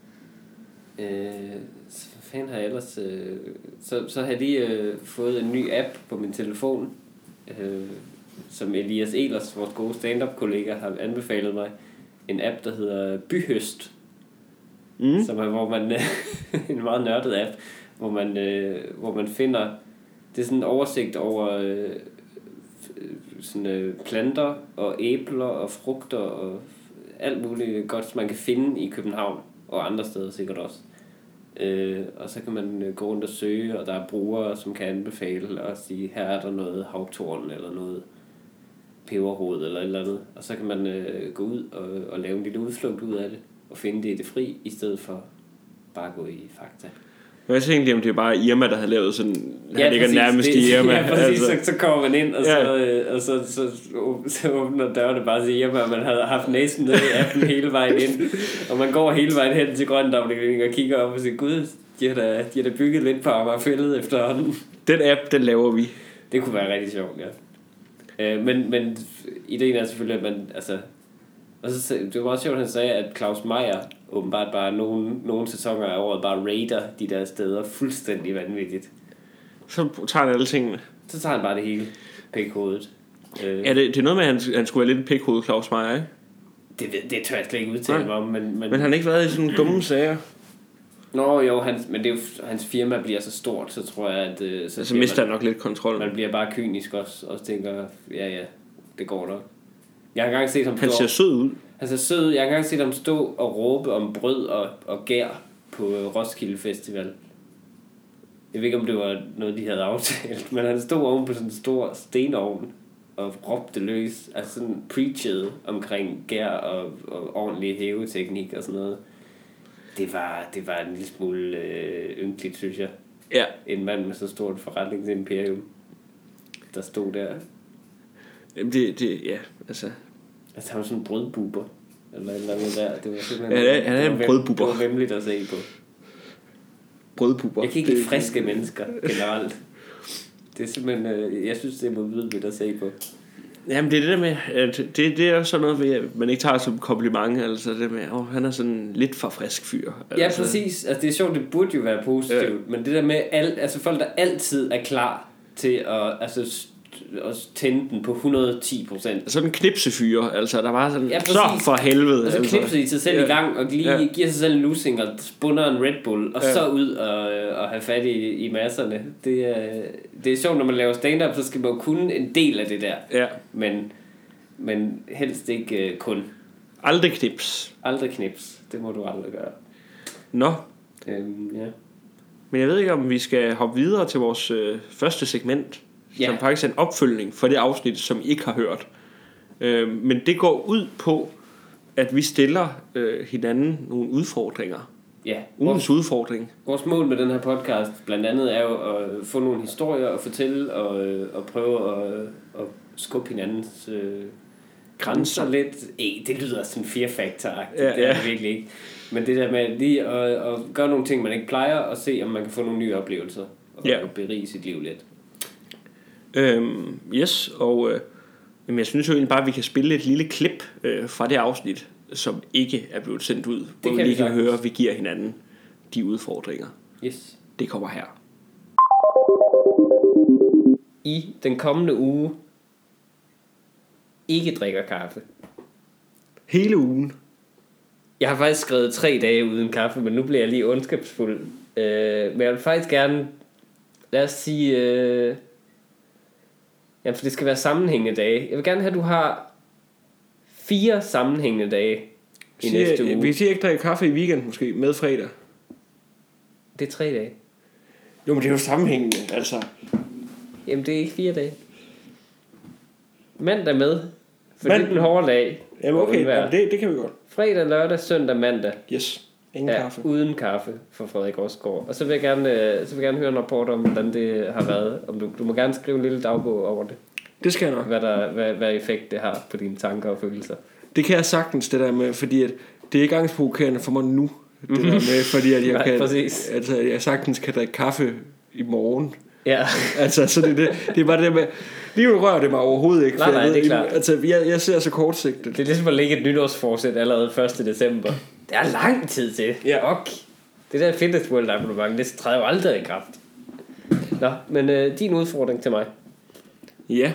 Øh, så hvad fanden har jeg ellers... Øh, så, så har jeg lige øh, fået en ny app på min telefon, øh, som Elias Ehlers, vores gode stand-up-kollega, har anbefalet mig. En app, der hedder Byhøst. Mm. Som er, hvor man... en meget nørdet app, hvor man, øh, hvor man finder... Det er sådan en oversigt over øh, sådan, øh, planter og æbler og frugter og alt muligt godt, man kan finde i København og andre steder sikkert også. Øh, og så kan man øh, gå rundt og søge, og der er brugere, som kan anbefale og sige, her er der noget havtorn eller noget peberrod eller et eller andet. Og så kan man øh, gå ud og, og lave en lille udflugt ud af det og finde det i det fri, i stedet for bare at gå i Fakta. Jeg tænkte egentlig, om det er bare Irma, der har lavet sådan... Ja, han ligger nærmest det, i Irma. Ja, præcis. Altså. Så, så kommer man ind, og så, ja. øh, og så, så, så, så åbner dørene bare til Irma, og man har haft næsen ned i appen hele vejen ind. Og man går hele vejen hen til grøntafdelingen og kigger op og siger, gud, de har da, de har da bygget lidt på Amagerfællet efterhånden. Den app, den laver vi. Det kunne være rigtig sjovt, ja. Øh, men, men ideen er selvfølgelig, at man... Altså, og så, det var meget sjovt, at han sagde, at Claus Meyer åbenbart bare nogle, nogle sæsoner af året bare raider de der steder fuldstændig vanvittigt. Så tager han alle tingene. Så tager han bare det hele. Pikhovedet. Øh. Ja, det, det er noget med, at han, han skulle være lidt en pikhoved, Claus Meyer, ikke? Det, ved, det tør jeg slet ikke udtale mig om. Men, men, men han har ikke været i sådan nogle dumme sager. Nå jo, hans, men det er jo, hans firma bliver så stort, så tror jeg, at... Øh, så, så mister han nok lidt kontrol. Man bliver bare kynisk også, og tænker, ja ja, det går nok. Jeg har engang set ham Han stå, ser sød ud. Han ser sød ud. Jeg har engang set ham stå og råbe om brød og, og gær på Roskilde Festival. Jeg ved ikke, om det var noget, de havde aftalt, men han stod oven på sådan en stor stenovn og råbte løs, altså sådan preachede omkring gær og, og ordentlig hæveteknik og sådan noget. Det var, det var en lille smule øh, ynkeligt, synes jeg. Ja. En mand med så stort forretningsimperium, der stod der. Jamen det, det, ja, altså... Altså han var sådan en brødbuber, eller et eller andet der. Det var simpelthen... Ja, han er en brødbuber. Det var vemmeligt at se på. Brødbuber. Jeg kan ikke lide friske mennesker generelt. Det er simpelthen, øh, jeg synes det er modbydeligt at se på. Jamen det er det der med, at det, det er sådan noget ved, man ikke tager som kompliment, altså det med, åh, han er sådan lidt for frisk fyr. Altså. Ja, præcis. Altså det er sjovt, det burde jo være positivt, ja. Men det der med alt, altså folk der altid er klar til at altså at tænde den på et hundrede og ti procent. Sådan en knipsefyre, altså der var sådan, ja, så for helvede. Og så altså. knipser de sig selv ja. i gang og lige ja. giver sig selv en lussing og spunder en Red Bull og ja. så ud og, og have fat i, i masserne. Det er, det er sjovt, når man laver stand-up, så skal man jo kunne en del af det der. Ja. Men, men helst ikke uh, kun. Aldrig knips. Aldrig knips. Det må du aldrig gøre. Nå. Øhm, ja. Men jeg ved ikke, om vi skal hoppe videre til vores øh, første segment, ja. som faktisk er en opfølgning for det afsnit, som I ikke har hørt. Øh, men det går ud på, at vi stiller øh, hinanden nogle udfordringer. Ja. Ugens udfordring. Vores mål med den her podcast blandt andet er jo at få nogle historier og fortælle og, og prøve at, at skubbe hinandens øh, grænser lidt. Ej, det lyder sådan fear factor-agtigt. Ja, det er ja. det virkelig ikke. Men det der med lige at, at gøre nogle ting, man ikke plejer, og se, om man kan få nogle nye oplevelser og ja. berige sit liv lidt. Øhm, yes, og øh, jamen jeg synes jo egentlig bare, at vi kan spille et lille klip øh, fra det afsnit, som ikke er blevet sendt ud, hvor vi lige kan høre, at vi giver hinanden de udfordringer. Yes. Det kommer her. I den kommende uge ikke drikker kaffe. Hele ugen. Jeg har faktisk skrevet tre dage uden kaffe, men nu bliver jeg lige ondskabsfuld. Øh, men jeg vil faktisk gerne, lad os sige, øh, ja, for det skal være sammenhængende dage. Jeg vil gerne have, at du har fire sammenhængende dage i siger, næste uge. Vi siger ikke drikke kaffe i weekend måske, med fredag. Det er tre dage. Jo, men det er jo sammenhængende, altså. Jamen, det er ikke fire dage. Mandag med, for Man... det er den hårde dag. Jamen okay, jamen, det, det kan vi godt. Fredag, lørdag, søndag, mandag. Yes, ingen ja, kaffe. Uden kaffe for Frederik Rosgaard. Og så vil jeg gerne, så vil jeg gerne høre en rapport om, hvordan det har været. Om du, du må gerne skrive en lille dagbog over det. Det skal jeg nok. Hvad, der, hvad, hvad effekt det har på dine tanker og følelser. Det kan jeg sagtens, det der med, fordi at det er ikke angstprovokerende for mig nu. Det der med, fordi at jeg, Nej, kan, præcis. altså, jeg sagtens kan drikke kaffe i morgen. Ja. altså, så det, det, det er bare det med, lige nu rører det mig overhovedet ikke. Nej, nej, det er klart. Altså, jeg, jeg ser så kortsigtet. Det er ligesom at lægge et nytårsforsæt allerede første december. Det er lang tid til. Ja. Ok. Det der Fitness World abonnement, det træder jo aldrig i kraft. Nå, men øh, din udfordring til mig. Ja.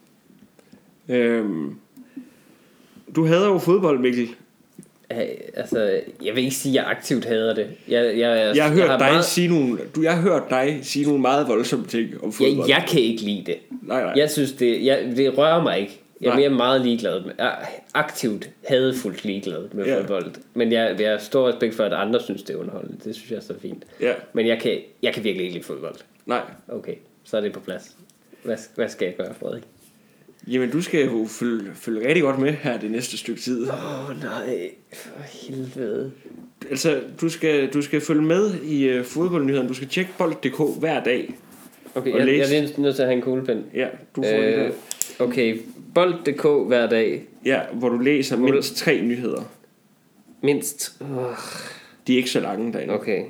Øhm. Du hader jo fodbold, Mikkel. Altså, jeg vil ikke sige, at jeg aktivt hader det. Jeg, jeg, jeg, jeg har hørt jeg dig meget... sige nogle, du, jeg har hørt dig sige nogle meget voldsomme ting om fodbold. Jeg, jeg kan ikke lide det. Nej, nej. Jeg synes det, jeg, det rører mig ikke. Jeg er mere meget ligeglad med, jeg er aktivt hadefuldt ligeglad med ja. fodbold. Men jeg, jeg har stor respekt for, at andre synes det er underholdende. Det synes jeg er så fint. Ja. Men jeg kan, jeg kan virkelig ikke lide fodbold. Nej. Okay, så er det på plads. Hvad, hvad skal jeg gøre, Frederik? Jamen, du skal jo følge, følge rigtig godt med her det næste stykke tid. Åh oh, nej, for helvede. Altså, du skal, du skal følge med i uh, fodboldnyhederne. Du skal tjekke bold punktum d k hver dag. Okay, jeg, jeg er nødt til at have en kuglepen. Ja, du får øh, det. Okay, bold punktum d k hver dag. Ja, hvor du læser hvor mindst tre nyheder. Mindst? Oh. De er ikke så lange derinde. Okay.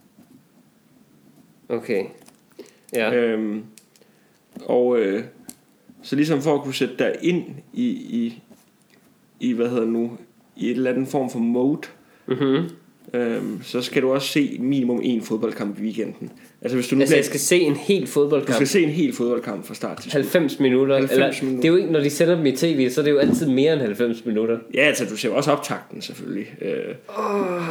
Okay. Ja. Øhm, og... Øh, Så ligesom for at kunne sætte dig ind i, i, i hvad hedder nu, i et eller andet form for mode, mm-hmm. øhm, så skal du også se minimum en fodboldkamp i weekenden. Altså hvis du nu altså bliver, jeg skal se en hel fodboldkamp. Du skal se en hel fodboldkamp fra start til slut. halvfems minutter. halvfems eller, minutter. det er jo ikke, når de sender dem i tv, så er det jo altid mere end halvfems minutter. Ja, altså du ser jo også optakten selvfølgelig. Øh, oh.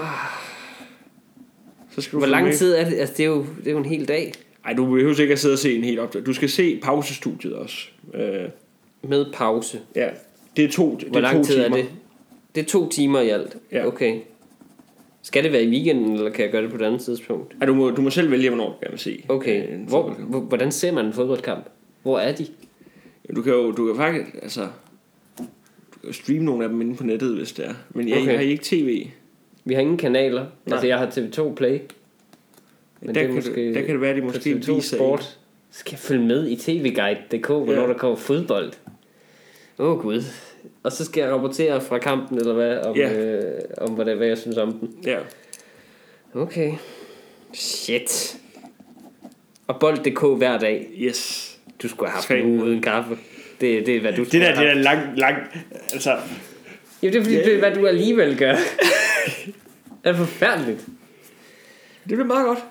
Så skal du Hvor lang tid er det? Altså det er jo, det er jo en hel dag. Nej, du behøver ikke at sidde og se en hel optag. Du skal se pausestudiet også. Øh, Med pause. Ja, det er to, det Hvor er lang to tid timer. er det? Det er to timer i alt. Ja. Okay. Skal det være i weekenden, eller kan jeg gøre det på et andet tidspunkt? Ja, du, må, du må selv vælge, hvornår du gerne vil se. Okay. En Hvor, fodboldkamp. hvor, hvordan ser man en fodboldkamp? Hvor er de? Ja, du kan jo du kan faktisk, altså, du kan jo streame nogle af dem inde på nettet, hvis det er. Men jeg, Okay. jeg har ikke tv. Vi har ingen kanaler. Nej. Altså jeg har T V to Play. Men der, det er kan måske det, der kan det være, at de måske T V to viser Sport. Så skal jeg følge med i tvguide punktum d k, hvornår Ja. der kommer fodbold. Åh oh, gud. Og så skal jeg rapportere fra kampen, eller hvad, om, Ja. øh, om hvad, det, hvad jeg synes om den. Ja. Okay. Shit. Og bold punktum d k hver dag. Yes. Du skulle have haft Skal- en uge uden kaffe. Det, det er hvad du Det skulle der, have det haft. er lang, lang, altså, Ja, det er fordi, Ja. det er hvad du alligevel gør. Det er forfærdeligt. det bliver meget godt.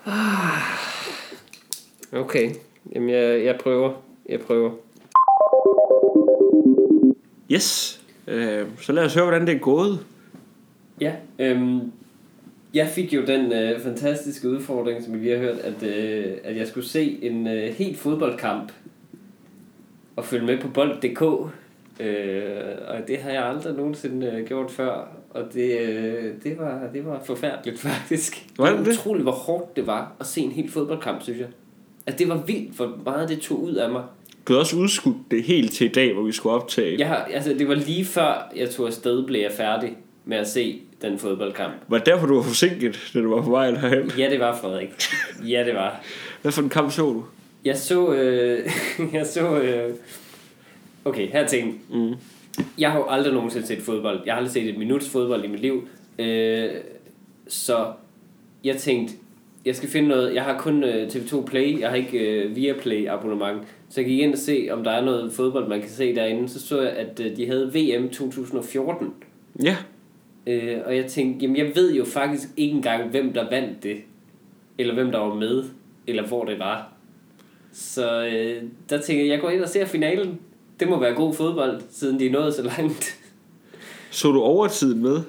Okay. Jamen jeg, jeg prøver. Jeg prøver. Yes. Øh, så lad os høre, hvordan det er gået. Ja, øhm, jeg fik jo den øh, fantastiske udfordring, som vi lige har hørt, at, øh, at jeg skulle se en øh, helt fodboldkamp og følge med på bold punktum d k. Øh, og det har jeg aldrig nogensinde øh, gjort før, og det, øh, det, var, det var forfærdeligt faktisk. Var det det var det? utroligt, hvor hårdt det var at se en helt fodboldkamp, synes jeg. Altså det var vildt, hvor meget det tog ud af mig. Du havde også udskudt det helt til i dag, hvor vi skulle optage. Jeg har, altså det var lige før jeg tog afsted, blev jeg færdig med at se den fodboldkamp. Var det derfor, du var forsinket, da du var på vej herhen? Ja, det var Frederik. Ja, det var. Hvad for en kamp så du? Jeg så... Øh, jeg så... Øh, okay, her er ting. Mm. Jeg har jo aldrig nogensinde set fodbold. Jeg har aldrig set et minuts fodbold i mit liv. Øh, så jeg tænkte, jeg skal finde noget... Jeg har kun øh, T V to Play. Jeg har ikke øh, Viaplay abonnement. Så jeg gik ind og se, om der er noget fodbold, man kan se derinde. Så så jeg, at øh, de havde V M to tusind og fjorten. Ja. Øh, og jeg tænkte, jamen jeg ved jo faktisk ikke engang, hvem der vandt det. Eller hvem der var med. Eller hvor det var. Så øh, der tænker jeg, jeg går ind og ser finalen. Det må være god fodbold, siden de er nået så langt. Så du overtiden med?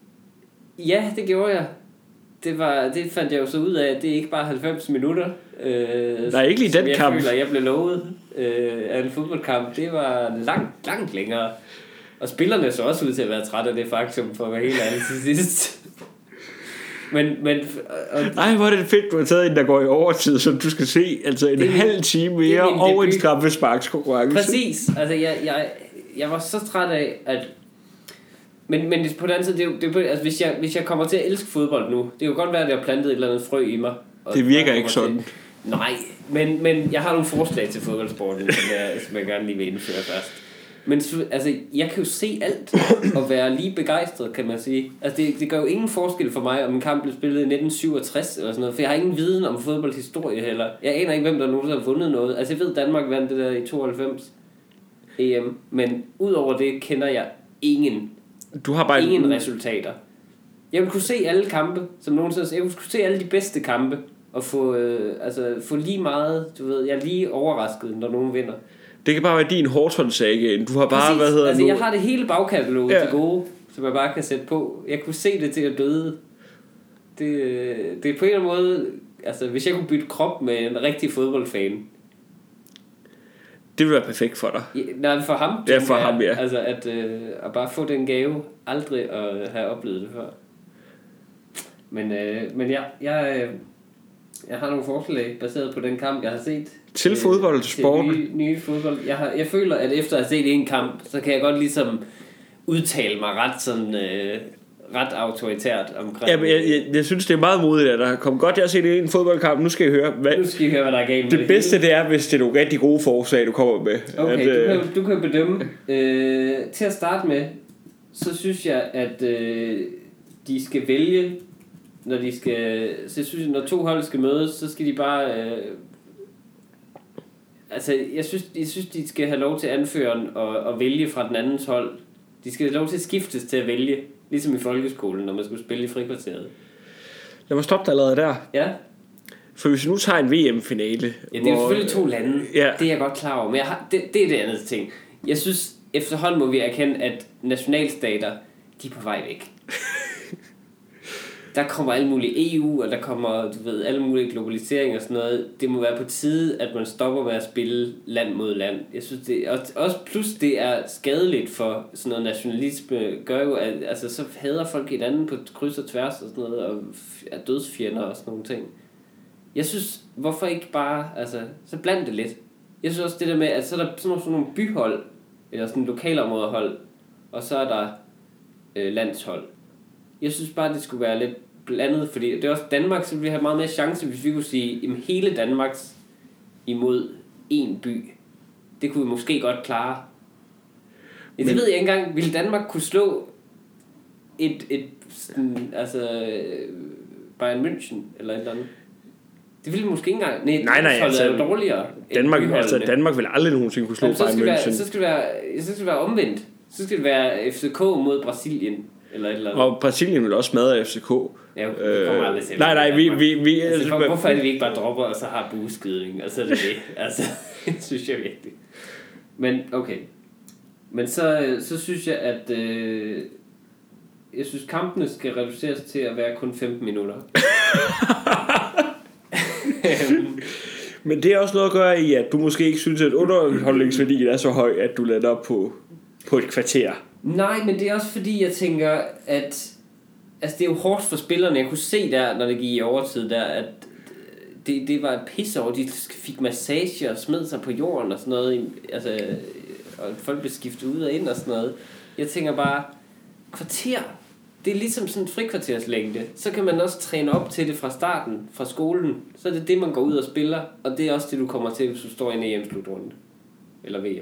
Ja, det gjorde jeg. Det, var, det fandt jeg jo så ud af, at det er ikke bare halvfems minutter. Øh, Nej, ikke lige den jeg kamp. Jeg føler, jeg blev lovet øh, af en fodboldkamp. Det var langt, langt længere. Og spillerne så også ud til at være trætte af det faktum, for at være helt ærlig til sidst. Men, men og, Ej, hvor er det fedt, du har taget en, der går i overtid, som du skal se. Altså en Det er halv min- time det er mere min og en debut. straffesparkskonkurrence. præcis. Altså, jeg, jeg, jeg var så træt af, at... Men, men på den anden side, det er jo, det er jo, altså, hvis, jeg, hvis jeg kommer til at elske fodbold nu, det kan jo godt være, at det har plantet et eller andet frø i mig. Og Det virker jeg ikke kommer sådan. Til, nej, men, men jeg har nogle forslag til fodboldsporten, som jeg, som jeg gerne lige vil indføre først. Men altså, jeg kan jo se alt og være lige begejstret, kan man sige. Altså, det, det gør jo ingen forskel for mig, om en kamp blev spillet i nitten syvogtres eller sådan noget, for jeg har ingen viden om fodboldhistorie heller. Jeg aner ikke, hvem der nogensinde har vundet noget. Altså, jeg ved, Danmark vandt det der i tooghalvfems E M, men udover det kender jeg ingen, Du har bare ingen resultater. Jeg vil kunne se alle kampe, som nogensinde, jeg vil kunne se alle de bedste kampe, og få, øh, altså, få lige meget, du ved, jeg er lige overrasket, når nogen vinder. Det kan bare være din hårdhåndssage. Du har bare, Præcis. hvad hedder altså, nu? jeg har det hele bagkataloget Ja. til gode, som jeg bare kan sætte på. Jeg kunne se det til at døde. Det, øh, det er på en eller anden måde, altså hvis jeg kunne bytte krop med en rigtig fodboldfan. Det vil være perfekt for dig. Ja, nej, for ham. Ja, for tænker ham, jeg. ja. Altså at, øh, at bare få den gave, aldrig at have oplevet det før. Men, øh, men ja, jeg, øh, jeg har nogle forslag baseret på den kamp, jeg har set. Til øh, fodbold, til sport. Nye, nye fodbold. Jeg, har, jeg føler, at efter at have set en kamp, så kan jeg godt ligesom udtale mig ret sådan... Øh, ret autoritært omkring. Ja, jeg, jeg, jeg synes det er meget modigt at der kom godt. Jeg har set en fodboldkamp. Nu skal I høre hvad, Nu skal I høre, hvad der er galt med det det bedste hele. det er, hvis det er nogle rigtig gode forslag du kommer med. Okay, at, du, øh, kan, jo- du kan jo bedømme. øh, Til at starte med, så synes jeg, at øh, de skal vælge, når de skal, så jeg synes, når to hold skal mødes, så skal de bare øh, altså jeg synes, jeg synes de skal have lov til anføreren og, og vælge fra den andens hold. De skal have lov til at skiftes til at vælge, ligesom i folkeskolen, når man skulle spille i frikvarteret. Lad mig stoppe dig allerede der. Ja. For hvis vi nu tager en V M-finale... Ja, det er jo selvfølgelig to lande. Ja. Det er jeg godt klar over. Men jeg har, det, det er det andet ting. Jeg synes, efterhånden må vi erkende, at nationalstater, de er på vej væk. Der kommer alle mulige E U, og der kommer, du ved, alle mulige globalisering og sådan noget. Det må være på tide, at man stopper med at spille land mod land. Jeg synes, det og også plus det er skadeligt for sådan noget nationalisme. Gør jo, at altså, så hader folk hinanden på kryds og tværs og sådan noget, og er dødsfjender og sådan nogle ting. Jeg synes, hvorfor ikke bare, altså, så bland det lidt. Jeg synes også det der med, at så er der sådan nogle, sådan nogle byhold, eller sådan lokalområderhold, og så er der øh, landshold. Jeg synes bare, det skulle være lidt blandet, fordi det er også Danmark, så ville vi have meget mere chance, hvis vi kunne sige, at hele Danmarks imod én by. Det kunne vi måske godt klare. Ja, det Men... ved jeg ikke engang. Ville Danmark kunne slå et, et sådan, altså, Bayern München, eller et eller andet? Det ville vi måske ikke engang. Nej, nej, nej altså, er dårligere. Danmark, altså, Danmark vil aldrig nogensinde kunne slå Jamen, Bayern München. Være, så skal det være, så skal det være omvendt. Så skal det være F C K mod Brasilien. Eller et eller andet. Og Brasilien vil også smadre F C K. Ja, det kommer aldrig til. Nej, nej, vi... vi, vi altså, for, hvorfor er det, vi ikke bare dropper, og så har bueskydning, og så er det det. Altså, det synes jeg virkelig. Men, okay. Men så, så synes jeg, at... Øh, jeg synes, kampene skal reduceres til at være kun femten minutter. Men det er også noget at gøre i, at du måske ikke synes, at underholdningsværdien er så høj, at du lader op på, på et kvarter. Nej, men det er også fordi, jeg tænker, at altså, det er jo hårdt for spillerne. Jeg kunne se der, når det gik i overtid der, at det, det var et pisse over. De fik massage og smed sig på jorden og sådan noget. Altså, og folk blev skiftet ud og ind og sådan noget. Jeg tænker bare, kvarter, det er ligesom sådan en frikvarterslængde. Så kan man også træne op til det fra starten, fra skolen. Så er det det, man går ud og spiller. Og det er også det, du kommer til, hvis du står i en E M-slutrunde. Eller V M.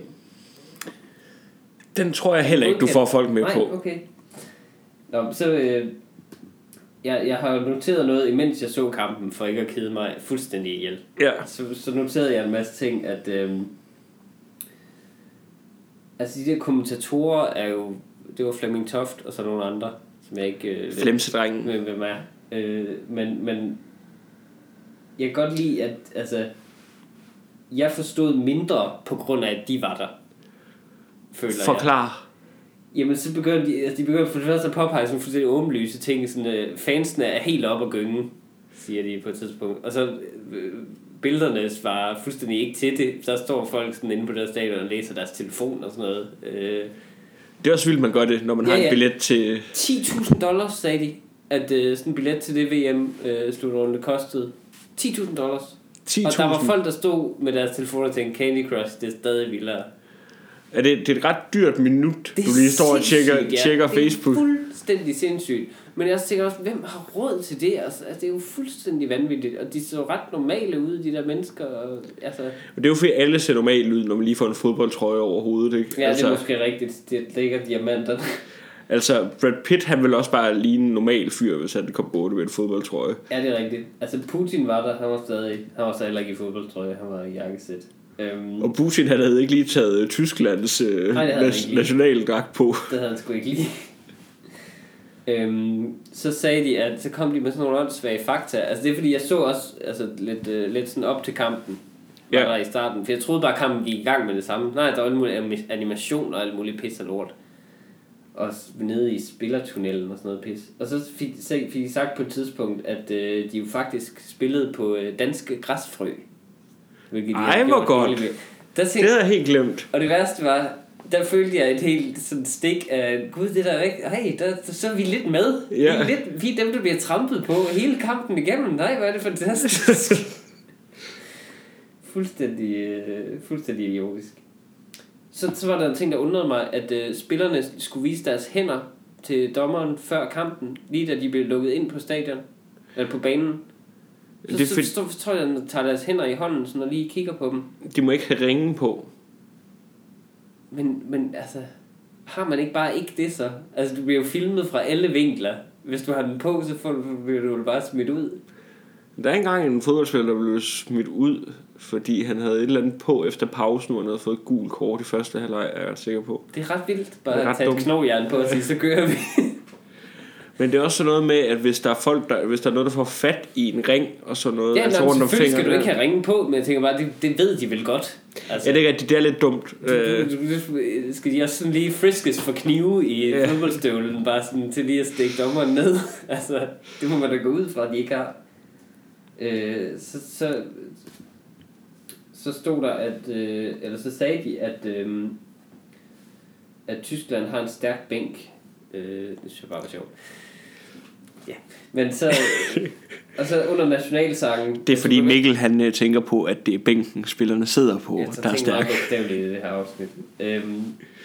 Den tror jeg heller ikke, du får folk med Nej, på. Okay. Nå, så øh, jeg, jeg har noteret noget, imens jeg så kampen, for ikke at kede mig fuldstændig ihjel. Ja. Så, så noterede jeg en masse ting, at øh, altså de der kommentatorer er jo, det var Flemming Toft og så nogle andre, som jeg ikke øh, Flemsedrengen. ved, hvem er. Øh, men, men jeg kan godt lide, at altså, jeg forstod mindre på grund af, at de var der. Forklar. Jeg. Jamen så begynder de, altså de begynder for det første at påpege sådan fuldstændig åbenlyse ting, sådan uh, fansene er helt op at gynge, siger de på et tidspunkt. Og så uh, billederne svarer fuldstændig ikke til det. Der står folk sådan inde på deres stadion og læser deres telefon og sådan noget. Uh, det er også vildt, man gør det, når man ja, har en billet til... ti tusind dollars, sagde de, at uh, sådan en billet til det V M-slutrunde uh, kostede. ti tusind dollars. ti tusind. Og der var folk, der stod med deres telefoner til en Candy Crush. Det er stadig vildere. Er det, det er et ret dyrt minut, du lige står og tjekker, ja. tjekker Facebook. Det er fuldstændig sindssygt. Men jeg også tænker også, hvem har råd til det? Altså, det er jo fuldstændig vanvittigt. Og de så ret normale ud, de der mennesker. Og, altså. Og det er jo fordi alle ser normalt ud, når man lige får en fodboldtrøje over hovedet, ikke? Ja, altså, det er måske rigtigt. Det ligger diamanter. Altså, Brad Pitt, han vil også bare ligne en normal fyr, hvis han kom på det med en fodboldtrøje. Ja, det er rigtigt. Altså, Putin var der. Han var stadig, han var stadig ikke i fodboldtrøje. Han var i jakkesæt. Um, og Putin han havde ikke lige taget Tysklands øh, nas- nationaldragt på. Det havde han sgu ikke lige. um, så sagde de, at så kom de med sådan nogle åndssvage fakta. Altså det er fordi jeg så også altså, lidt, uh, lidt sådan op til kampen ja. Der i starten. For jeg troede bare at kampen gik i gang med det samme. Nej, der var alle mulige animation og alle mulige pis og lort. Og nede i spillertunnelen og sådan noget pis. Og så fik, fik de sagt på et tidspunkt, at uh, de jo faktisk spillede på uh, danske græsfrø. Ej, hvor godt. Der tænkte, det havde jeg helt glemt. Og det værste var, der følte jeg et helt sådan stik af, gud, det der ikke, hey, der, så er vi lidt med. Ja. Vi, er lidt, vi er dem, der bliver trampet på hele kampen igennem. Nej, hvor er det fantastisk. fuldstændig, fuldstændig idiotisk. Så, så var der en ting, der undrede mig, at uh, spillerne skulle vise deres hænder til dommeren før kampen, lige da de blev lukket ind på stadion, eller på banen. Så, det så, så, så tror jeg, at de tager deres hænder i hånden sådan, og lige kigger på dem. De må ikke have ringen på. Men, men altså, har man ikke bare ikke det så? Altså, du bliver jo filmet fra alle vinkler. Hvis du har den på, så får du, bliver du bare smidt ud. Der er engang en fodboldspiller, der blev smidt ud, fordi han havde et eller andet på efter pausen, hvor han havde fået et gult kort i første halvleg, er jeg ret sikker på. Det er ret vildt. Bare at tage et knogjern på og sige, så gør vi. Men det er også sådan noget med, at hvis der er folk, der, hvis der er noget, der får fat i en ring og sådan noget, ja, altså nej, rundt om selvfølgelig skal du fingrene. ikke have ringen på, men jeg tænker bare, det, det ved de vel godt. Altså, Ja, det er rigtigt, det er lidt dumt. du, du, du, skal de også sådan lige friskes for knive i Ja. fodboldstøvlen, bare sådan til lige at stikke dommeren ned? Altså, det må man da gå ud fra, at de ikke har. Øh, så, så, så stod der, at, øh, eller så sagde de, at, øh, at Tyskland har en stærk bænk. Øh, det synes jeg bare var sjovt. Ja, men så, og så under nationalsangen... Det er fordi Mikkel han øh, tænker på, at det er bænken, spillerne sidder på, ja, der er stærk. Jeg tænker i det her afsnit. Øhm,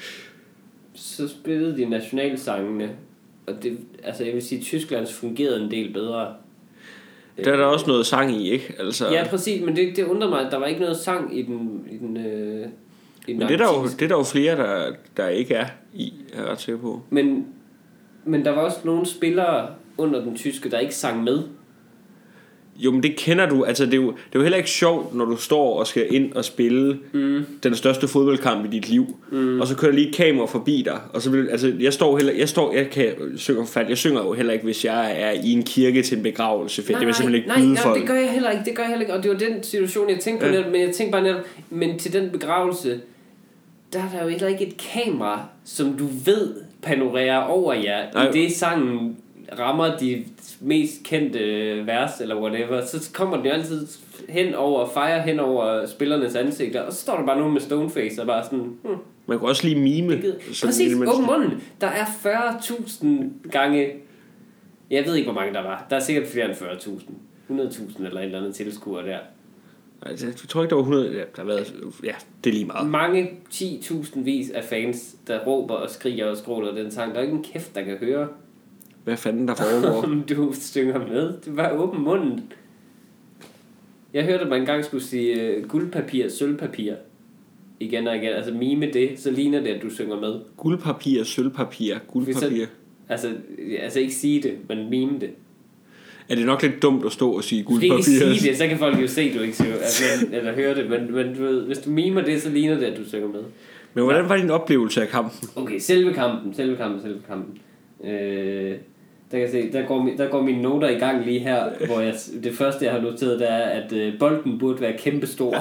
så spillede de nationalsangene, og det, altså jeg vil sige, at Tysklands fungerede en del bedre. Der er der også noget sang i, ikke? Altså, Ja, præcis, men det, det undrer mig, at der var ikke noget sang i den... I den, øh, i den men det er, der jo, det er der jo flere, der, der ikke er i, jeg er ret sikker på. Men, men der var også nogle spillere under den tyske, der ikke sang med. Jo, men det kender du. Altså, det er jo, det er jo heller ikke sjovt, når du står og skal ind og spille mm. den største fodboldkamp i dit liv, mm. og så kører lige et kamera forbi dig, og så vil, altså, jeg står heller, jeg står, jeg kan synge fat, jeg synger jo heller ikke, hvis jeg er i en kirke til en begravelse, for Nej, det vil simpelthen ikke nej, byde nej, for. det gør jeg heller ikke, det gør jeg heller ikke, og det var den situation, jeg tænkte på Ja. netop, men jeg tænkte bare netop, men til den begravelse, der er der jo heller ikke et kamera, som du ved panorerer over jer, nej. I det sangen rammer de mest kendte vers eller whatever, så kommer den jo altid hen over, fejrer hen over spillernes ansigter, og så står der bare nogen med stoneface og bare sådan, hmm, man kan også lige mime. præcis, åben munden. Der er fyrre tusind gange, jeg ved ikke hvor mange der var, der er sikkert flere end fyrre tusind, hundrede tusind eller et eller andet tilskuere der. Altså, jeg tror ikke der var hundrede, ja, der har været, ja, det er lige meget. Mange ti tusind vis af fans, der råber og skriger og skråler den sang. Der er ikke en kæft, der kan høre. Hvad fanden der foregår? Om du synger med. Det er bare åben munden. Jeg hørte, at man engang skulle sige uh, guldpapir, sølvpapir. Igen og igen. Altså mime det, så ligner det, at du synger med. Guldpapir, sølvpapir, guldpapir. Så, altså, altså ikke sige det, men mime det. Er det nok lidt dumt at stå og sige guldpapir? Du skal ikke sige det, så kan folk jo se, at du ikke siger, altså, eller høre det. Men, men du ved, hvis du mimer det, så ligner det, at du synger med. Men hvordan var din oplevelse af kampen? Okay, selve kampen, selve kampen, selve kampen. Øh, der kan jeg se, der går, der går mine noter i gang lige her, hvor jeg, det første jeg har noteret, der er, at øh, bolden burde være kæmpestor.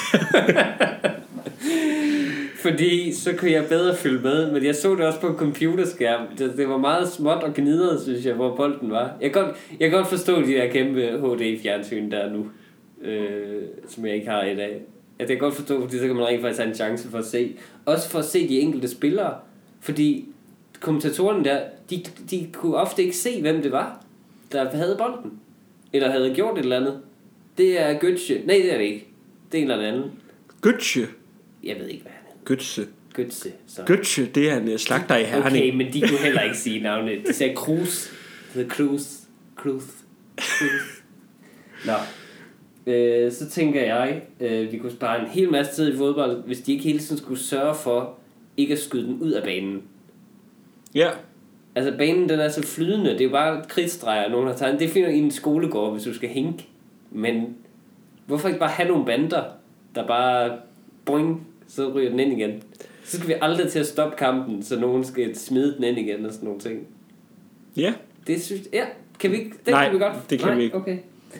Fordi så kunne jeg bedre følge med, men jeg så det også på en computerskærm. Det, det var meget småt og gnidret, synes jeg, hvor bolden var. Jeg kan godt, jeg kan godt forstå de der kæmpe H D-fjernsyn der nu, øh, som jeg ikke har i dag. Jeg kan godt forstå, fordi så kan man rent faktisk have en chance for at se. Også for at se de enkelte spillere, fordi kommentatorerne der, de, de kunne ofte ikke se, hvem det var, der havde bolden. Eller havde gjort et eller andet. Det er Götze. Nej, det er det ikke. Det er en eller anden. Götze? Jeg ved ikke, hvad han er. Götze. Götze. Så. Götze, det er en slagter i Herning. Okay, men de kunne heller ikke sige navnet. De sagde Cruz. Det hedder Cruz. Cruz. Cruz. Nå. Øh, så tænker jeg, øh, vi kunne spare en hel masse tid i fodbold, hvis de ikke hele tiden skulle sørge for ikke at skyde den ud af banen. Ja. Altså banen, den er så flydende. Det er jo bare kridtstreger, nogen har tegnet. Det finder i en skolegård, hvis du skal hænke. Men hvorfor ikke bare have nogle bander, der bare boing, så ryger den ind igen. Så skal vi aldrig til at stoppe kampen, så nogen skal smide den ind igen og sådan nogle ting. Ja. Det synes ja, kan vi ikke? Det Nej, kan vi godt. det kan Nej, vi ikke. Okay.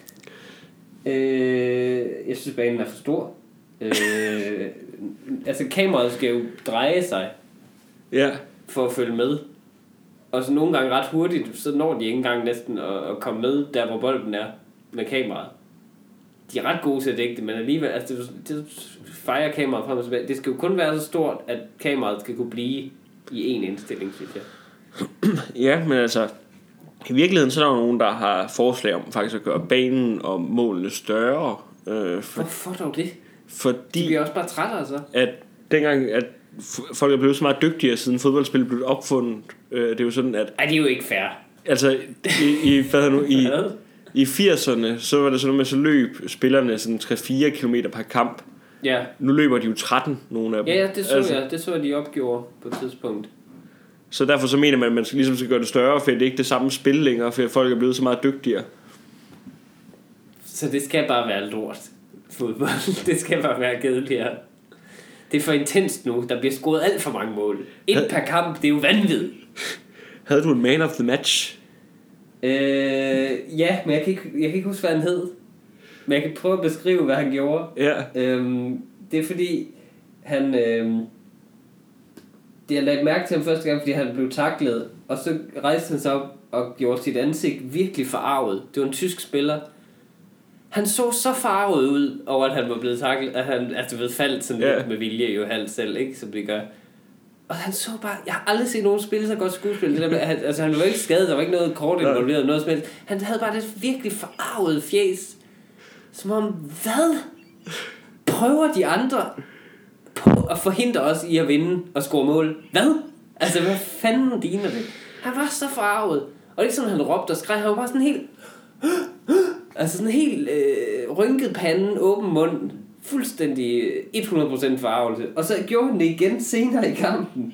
Øh, jeg synes banen er for stor. Øh, altså kameraet skal jo dreje sig. Ja. For at følge med. Og så nogle gange ret hurtigt, så når de ikke engang næsten at, at komme med der, hvor bolden er med kameraet. De er ret gode til at dække det, men alligevel, altså det, det fejrer kameraet frem og tilbage. Det skal jo kun være så stort, at kameraet skal kunne blive i en indstilling, synes jeg. Ja, men altså, i virkeligheden så er der nogen, der har forslag om faktisk at gøre banen og målene større. Øh, for, Hvorfor dog det? Fordi de bliver også bare trætte, altså. At dengang, at folk er blevet så meget dygtigere, siden fodboldspil blev opfundet. Øh, det er jo sådan, at... Ej, det er jo ikke fair. Altså, i, i, hvad nu, i, i firserne, så var det sådan noget med, så løb spillerne sådan tre til fire kilometer per kamp. Ja. Nu løber de jo tretten, nogle af dem. Ja, ja, det så altså, jeg. Det så jeg, de opgjorde på et tidspunkt. Så derfor så mener man, at man skal, ligesom skal gøre det større, for det er ikke det samme spil længere, for folk er blevet så meget dygtigere. Så det skal bare være lort, fodbold. Det skal bare være kedeligere. Det er for intenst nu. Der bliver scoret alt for mange mål. Et per kamp, det er jo vanvittigt. Havde du en man of the match? Øh, ja, men jeg kan, ikke, jeg kan ikke huske, hvad han hed. Men jeg kan prøve at beskrive, hvad han gjorde. Ja. Øhm, det er fordi, han... Øhm, det jeg lagde mærke til ham første gang, fordi han blev taklet, og så rejste han sig op og gjorde sit ansigt virkelig forarvet. Det var en tysk spiller. Han så så farvet ud over, at han var blevet taklet, at han, altså du ved, faldt sådan yeah. lidt med vilje jo halvt selv, ikke, som det gør. Og han så bare, jeg har aldrig set nogen spille så godt skuespil. Det der med, han, altså han var ikke skadet, der var ikke noget kort involveret, noget som helst. Han havde bare det virkelig forarvet fjes. Som om, hvad prøver de andre på at forhindre os i at vinde og score mål? Hvad? Altså, hvad fanden ligner det? Han var så forarvet. Og det er ikke sådan, han råbte og skreg. Han var bare sådan helt... Altså sådan helt øh, rynket panden, åben mund. Fuldstændig hundrede procent forarvelse. Og så gjorde han det igen senere i kampen.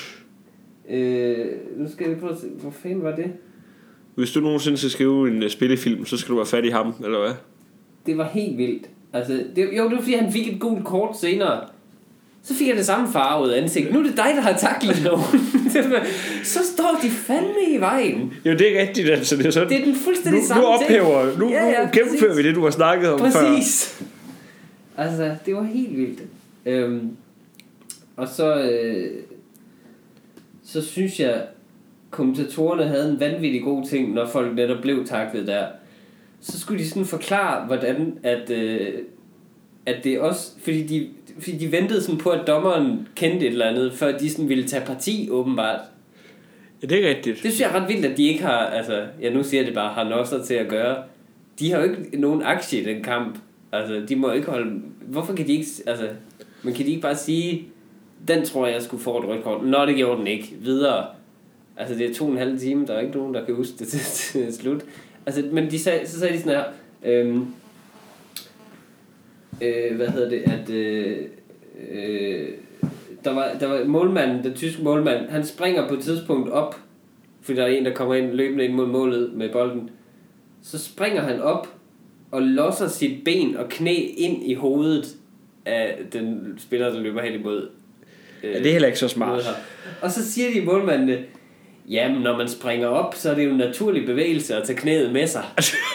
Øh, nu skal jeg prøve at se, hvor fanden var det? Hvis du nogensinde skal skrive en uh, spillefilm, så skal du være fat i ham, eller hvad? Det var helt vildt. Altså, det, jo, det var fordi han fik et gult kort senere. Så fik jeg det samme farvede ansigt. Nu er det dig, der har taklet nogen. Så står de fandme i vejen. Jo, det er rigtigt, altså. Det er, sådan, det er den fuldstændig nu, samme nu ophæver, ting. Nu, ja, ja, nu gennemfører præcis. Vi det, du har snakket om præcis. før. Præcis. Altså, det var helt vildt. Øhm, og så... Øh, så synes jeg, kommentatorerne havde en vanvittig god ting, når folk netop blev taklet der. Så skulle de sådan forklare, hvordan at... Øh, at det også... Fordi de... Fordi de ventede sådan på, at dommeren kendte et eller andet, før de sådan ville tage parti, åbenbart. Ja, det er rigtigt. Det synes jeg er ret vildt, at de ikke har, altså, ja, nu siger jeg det bare, har nosser til at gøre. De har jo ikke nogen aktie i den kamp. Altså, de må ikke holde... Hvorfor kan de ikke... Altså, men kan de ikke bare sige, den tror jeg, jeg skulle få et rødt kort? Nå, det gjorde den ikke. Videre. Altså, det er to og en halv time, der er ikke nogen, der kan huske det til, til slut. Altså, men de sag, så sagde de sådan her... Øhm, Øh, hvad hedder det, at øh, øh, der var der var målmanden, den tyske målmand, han springer på et tidspunkt op, fordi der er en, der kommer ind løbende ind mod målet med bolden. Så springer han op og losser sit ben og knæ ind i hovedet af den spiller, der løber hen imod. Øh, ja, det er heller ikke så smart. Og så siger de målmanden, jamen når man springer op, så er det jo en naturlig bevægelse at tage knæet med sig.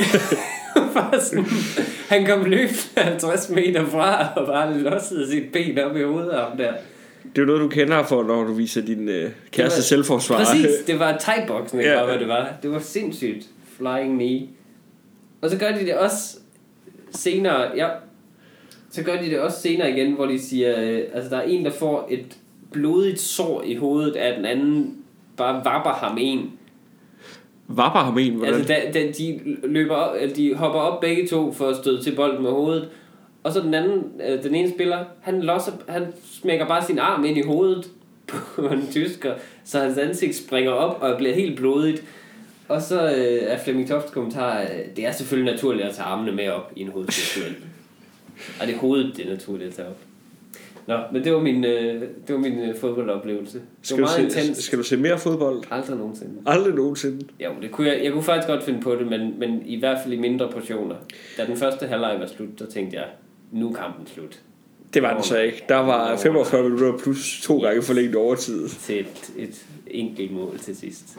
Han kom løbende halvtreds meter fra og bare lossede sit ben op i hovedet af ham der. Det er jo noget, du kender for, når du viser din øh, kæreste selvforsvar. Præcis, det var thai-boxen, ikke ja. Bare, hvad det var. Det var sindssygt. Flying knee. Og så gør de det også senere, ja, så gør de det også senere igen, hvor de siger, øh, altså der er en, der får et blodigt sår i hovedet, af den anden bare vapper ham en. Vapper ham en? Hvordan? Altså, da, da de, løber op, de hopper op begge to for at støde til bolden med hovedet. Og så den anden, øh, den ene spiller, han, losser, han smækker bare sin arm ind i hovedet på en tysker, så hans ansigt springer op og bliver helt blodigt. Og så øh, er Flemming Tofts kommentar, øh, det er selvfølgelig naturligt at tage armene med op i en hovedstød. Og det er hovedet, det er naturligt at tage op. Nå, men det var min, øh, det var min øh, fodboldoplevelse. Skal, du se, skal du se mere fodbold? Aldrig nogensinde. Aldrig nogensinde? Jo, det kunne jeg, jeg kunne faktisk godt finde på det, men, men i hvert fald i mindre portioner. Da den første halvleg var slut, der tænkte jeg, nu er kampen slut. Det var den så ikke. Der var femogfyrre minutter plus to gange forlænget overtid. Til et, et enkelt mål til sidst.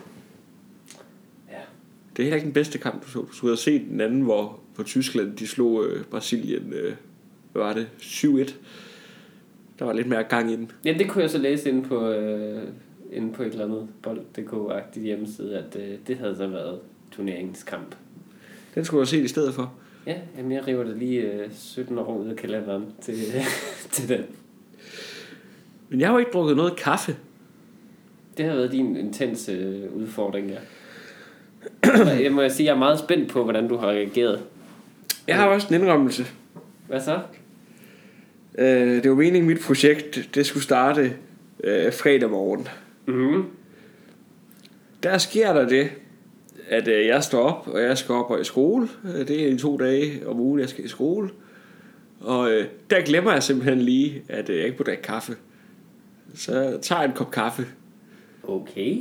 Ja. Det er heller ikke den bedste kamp, du så. Du skulle have set den anden, hvor på Tyskland, de slog øh, Brasilien, øh, hvad var det, syv et. Der var lidt mere gang i den. Ja, det kunne jeg så læse inde på, øh, inde på et eller andet bold punktum d k-agtigt hjemmeside, at øh, det havde så været turneringens kamp. Den skulle du have set i stedet for. Ja, jamen jeg river det lige øh, sytten år ud af kalenderen til, til den. Men jeg har jo ikke drukket noget kaffe. Det har været din intense øh, udfordring, ja. Jeg må sige, jeg er meget spændt på, hvordan du har reageret. Jeg har også en indrømmelse. Hvad så? Øh, det var meningen, mit projekt, det skulle starte øh, fredag morgen. Mm-hmm. Der sker der det, at øh, jeg står op, og jeg skal op og i skole. Det er i to dage om ugen, jeg skal i skole. Og øh, der glemmer jeg simpelthen lige, at øh, jeg ikke må drikke kaffe. Så jeg tager en kop kaffe. Okay.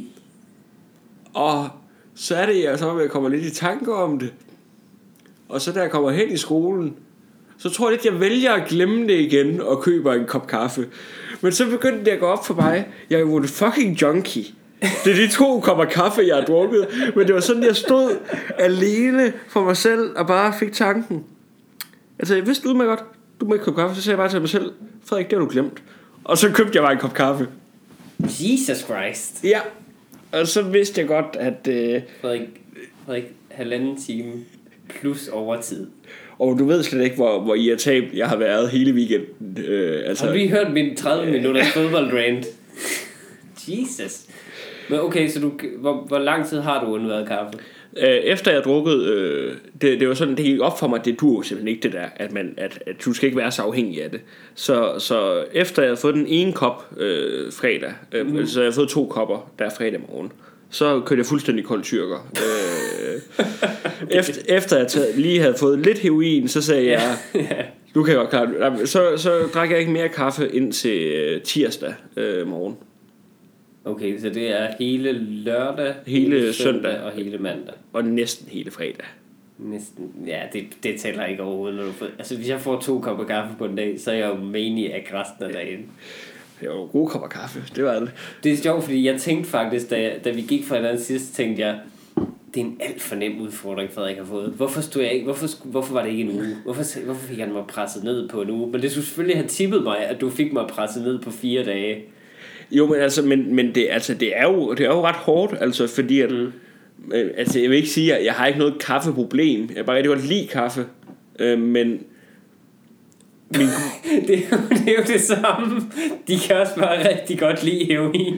Og så er det, jeg så jeg kommer lidt i tanke om det. Og så da jeg kommer hen i skolen, så tror jeg lidt, jeg vælger at glemme det igen og køber en kop kaffe. Men så begyndte det at gå op for mig. Jeg er jo en fucking junkie. Det er de to kopper kaffe, jeg har drukket. Men det var sådan, jeg stod alene for mig selv og bare fik tanken. Altså, jeg vidste ud med godt, du må ikke købe kaffe. Så sagde jeg bare til mig selv, Frederik, det har du glemt. Og så købte jeg bare en kop kaffe. Jesus Christ. Ja. Og så vidste jeg godt, at... Øh, Frederik, Frederik, halvanden time plus overtid. Og du ved slet ikke, hvor, hvor irritabel jeg har været hele weekenden. Øh, altså, har du lige hørt min tredive minutters fodboldrant? Jesus. Men okay, så du, hvor, hvor lang tid har du undværet kaffe? Efter jeg drukket, øh, det, det var sådan, det gik op for mig, det duer simpelthen ikke det der, at, man, at, at du skal ikke være så afhængig af det. Så, så efter jeg havde fået den ene kop øh, fredag, øh, mm. så jeg havde fået to kopper der fredag morgen, så kørte jeg fuldstændig kold tyrker. øh, efter, efter jeg taget, lige havde fået lidt heroin, så sagde jeg, du kan godt klare det. Så, så drak jeg ikke mere kaffe indtil øh, tirsdag øh, morgen. Okay, så det er hele lørdag, hele, hele søndag, søndag og hele mandag. Og næsten hele fredag. Næsten, ja, det, det tæller ikke overhovedet, når du får, altså hvis jeg får to kopper kaffe på en dag, så er jeg jo maniac resten af dagen. Det var jo gode kopper kaffe, det var det. Det er sjovt, fordi jeg tænkte faktisk, da, da vi gik fra hinanden sidst, tænkte jeg, det er en alt for nem udfordring, Frederik har fået. Hvorfor stod jeg ikke, hvorfor, hvorfor var det ikke en uge? Hvorfor, hvorfor fik han mig presset ned på en uge? Men det skulle selvfølgelig have tippet mig, at du fik mig presset ned på fire dage. Jo, men altså, men, men det, altså, det, er jo, det er jo ret hårdt, altså, fordi at, mm. øh, altså, jeg vil ikke sige, at jeg har ikke noget kaffeproblem. Jeg bare rigtig godt lide kaffe, øh, men min... det, er jo, det er jo det samme. De kan også bare rigtig godt lide heroin.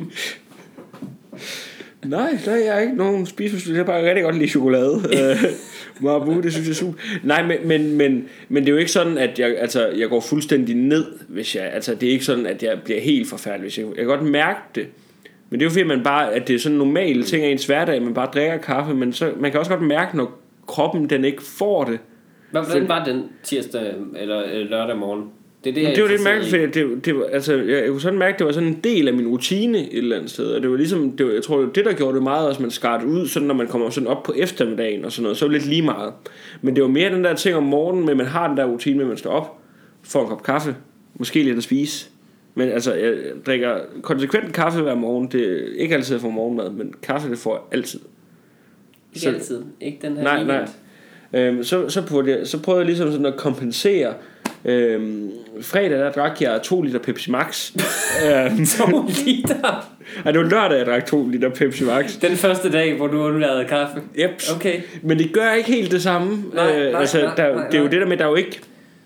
Nej, nej, jeg er ikke nogen spiseforstyrrelse. Jeg bare rigtig godt lide chokolade. Marabu, det synes jeg er super. Nej, men, men, men, men det er jo ikke sådan, at jeg, altså, jeg går fuldstændig ned, hvis jeg, altså det er ikke sådan, at jeg bliver helt forfærdelig, hvis jeg, jeg kan godt mærke det. Men det er jo fordi, man bare, at det er sådan normale ting af ens hverdag, man bare drikker kaffe, men så, man kan også godt mærke, når kroppen den ikke får det. Hvordan var den tirsdag eller lørdag morgen? Det, det, det var lidt mærkeligt, fordi det, det var, altså, jeg, jeg kunne sådan mærke, at det var sådan en del af min rutine et eller andet sted. Og det var ligesom, det var, jeg tror, det der gjorde det meget, at man skar det ud, sådan når man kommer sådan op på eftermiddagen og sådan noget, så var det lidt lige meget. Men det var mere den der ting om morgenen, med at man har den der rutine med, at man står op, får en kop kaffe, måske lidt at spise. Men altså, jeg drikker konsekvent kaffe hver morgen. Det er ikke altid for morgenmad, men kaffe det får jeg altid. Ikke så, altid? Ikke den her nej, weekend? Nej, øhm, så, så, prøvede jeg, så prøvede jeg ligesom sådan at kompensere. Øhm, fredag der drak jeg to liter Pepsi Max. øhm, to liter? Ej, det var lørdag jeg drak to liter Pepsi Max. Den første dag hvor du undværede kaffe. Yep. Okay. Men det gør ikke helt det samme. Nej, øh, nej, altså, nej, der, nej, det er jo det der med, der er jo ikke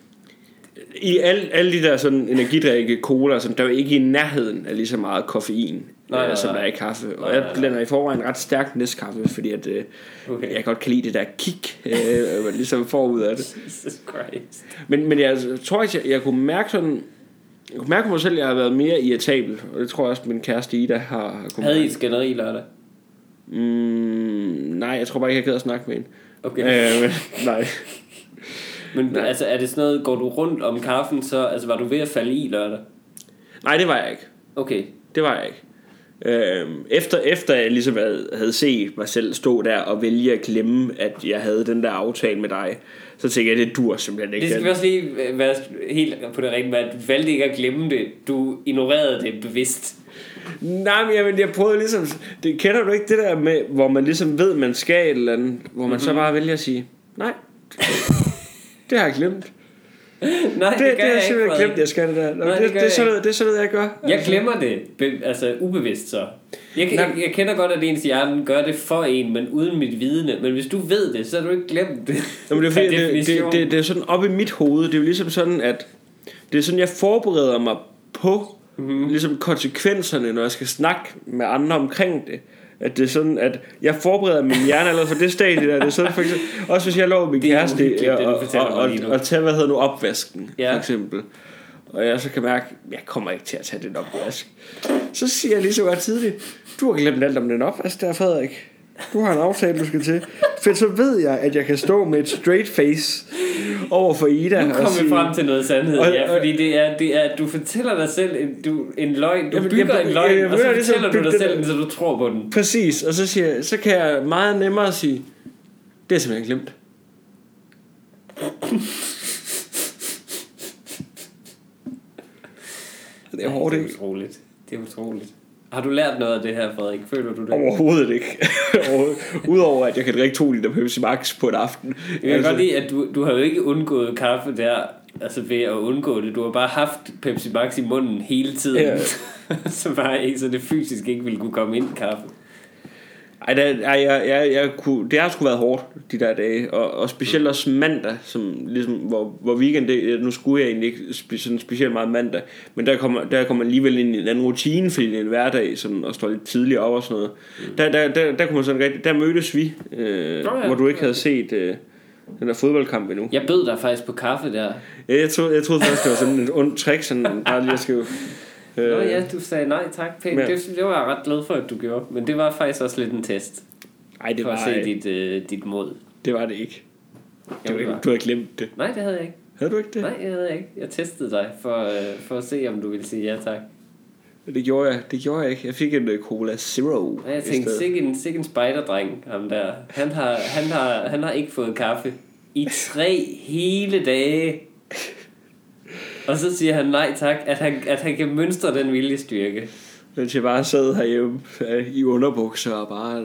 i alle, alle de der sådan energidrikke, cola, som der er jo ikke i nærheden af lige så meget koffein, nej, øh, som nej, der er i kaffe. nej, Og jeg nej, nej. blander i forvejen ret stærkt Nescafé, fordi at, øh, okay. jeg godt kan lide det der kick, øh, man ligesom får ud af det. Jesus Christ. Men, men jeg tror ikke, jeg, jeg kunne mærke sådan, jeg kunne mærke på mig selv, at jeg har været mere irritabel, og det tror jeg også, min kæreste Ida har, har kunnet. Havde I et skænderi lørdag? Mm, nej, jeg tror bare ikke, jeg gad at snakke med hende. Okay. Øh, men, nej. Men nej. Altså er det sådan noget, går du rundt om kaffen, så altså var du ved at falde i lørdag? Nej, det var jeg ikke. Okay. Det var jeg ikke. Øhm, efter, efter jeg ligesom havde set mig selv stå der og vælge at glemme, at jeg havde den der aftale med dig, så tænkte jeg, det dur simpelthen ikke. Det skal vi også lige være helt på det rigtige med, at du valgte ikke at glemme det. Du ignorerede det bevidst. Nej, men jeg, jeg prøvede ligesom, det kender du ikke det der med, hvor man ligesom ved, man skal et eller andet, hvor man mm-hmm. så bare vælger at sige, nej, det har jeg glemt. Nej, det, det, det det har jeg simpelthen glemt, jeg skal det der. Nej, det, det, det, det, er sådan noget, det er sådan noget, jeg gør. Jeg altså. glemmer det, be, altså ubevidst så. Jeg, jeg, jeg kender godt, at ens hjerne gør det for en, men uden mit vidne. Men hvis du ved det, så har du ikke glemt det. Jamen, det, er, det, det, det, det er sådan op i mit hoved. Det er jo ligesom sådan, at det er sådan, jeg forbereder mig på mm-hmm. ligesom konsekvenserne, når jeg skal snakke med andre omkring det. At det er sådan, at jeg forbereder min hjerne allerede for det stadie der. Det er sådan, for eksempel, også hvis jeg lover min kæreste og, og, og, og tage, hvad hedder nu, opvasken, ja. For eksempel. Og jeg så kan mærke, jeg kommer ikke til at tage den opvask. Så siger jeg lige så godt tidligt, du har glemt alt om den opvask der, Frederik. Du har en aftale, du skal til. For så ved jeg, at jeg kan stå med et straight face over for Ida. Nu kommer vi frem til noget sandhed, og, ja, fordi det er, det er, at du fortæller dig selv en, du, en løgn. Du jamen, bygger jeg, en løgn, jeg, jeg, og så fortæller du dig selv, så du tror på den. Præcis, og så, siger jeg, så kan jeg meget nemmere sige, det er simpelthen glemt. Det er hårdt, ikke? Det er utroligt. Det er utroligt. Har du lært noget af det her, Frederik? Føler du det? Overhovedet ikke. Udover at jeg kan drikke to liter Pepsi Max på en aften. Jeg kan altså... godt lide, at du, du har jo ikke undgået kaffe der, altså ved at undgå det. Du har bare haft Pepsi Max i munden hele tiden. Ja. så bare ikke, så det fysisk ikke ville kunne komme ind kaffe. Ej, det, ej jeg, jeg, jeg kunne, det har sgu været hårdt de der dage. Og, og specielt også mandag, som ligesom, hvor, hvor weekend, det, nu skulle jeg egentlig ikke spe, sådan specielt meget mandag, men der kommer, der kommer man alligevel ind i en anden rutine, fordi det er en hverdag, sådan, og står lidt tidligere op og sådan noget. Mm. Der, der, der, der, kunne man sådan rigtig, der mødtes vi, øh, oh, ja. Hvor du ikke havde set øh, den der fodboldkamp endnu. Jeg bød dig faktisk på kaffe der. Ja, jeg troede, jeg troede først, det var sådan et ondt trick, sådan bare lige at skrive. Nå ja, du sagde nej tak pænt. Ja. Det, det var jeg ret glad for, at du gjorde. Men det var faktisk også lidt en test. Ej, det for var at se dit, øh, dit mod. Det var det ikke. Du, det var. Du havde glemt det. Nej, det havde jeg ikke. Havde du ikke det? Nej, det havde jeg ikke. Jeg testede dig for, øh, for at se, om du ville sige ja tak. Det gjorde jeg. Det gjorde jeg ikke. Jeg fik en uh, Cola Zero. Ja, jeg tænkte, sikke en, sikke en spejderdreng, ham der. Han har, han, har, han har ikke fået kaffe i tre hele dage. Og så siger han nej tak, at han, at han kan mønstre den viljestyrke. Mens jeg bare sad herhjemme i underbukser og bare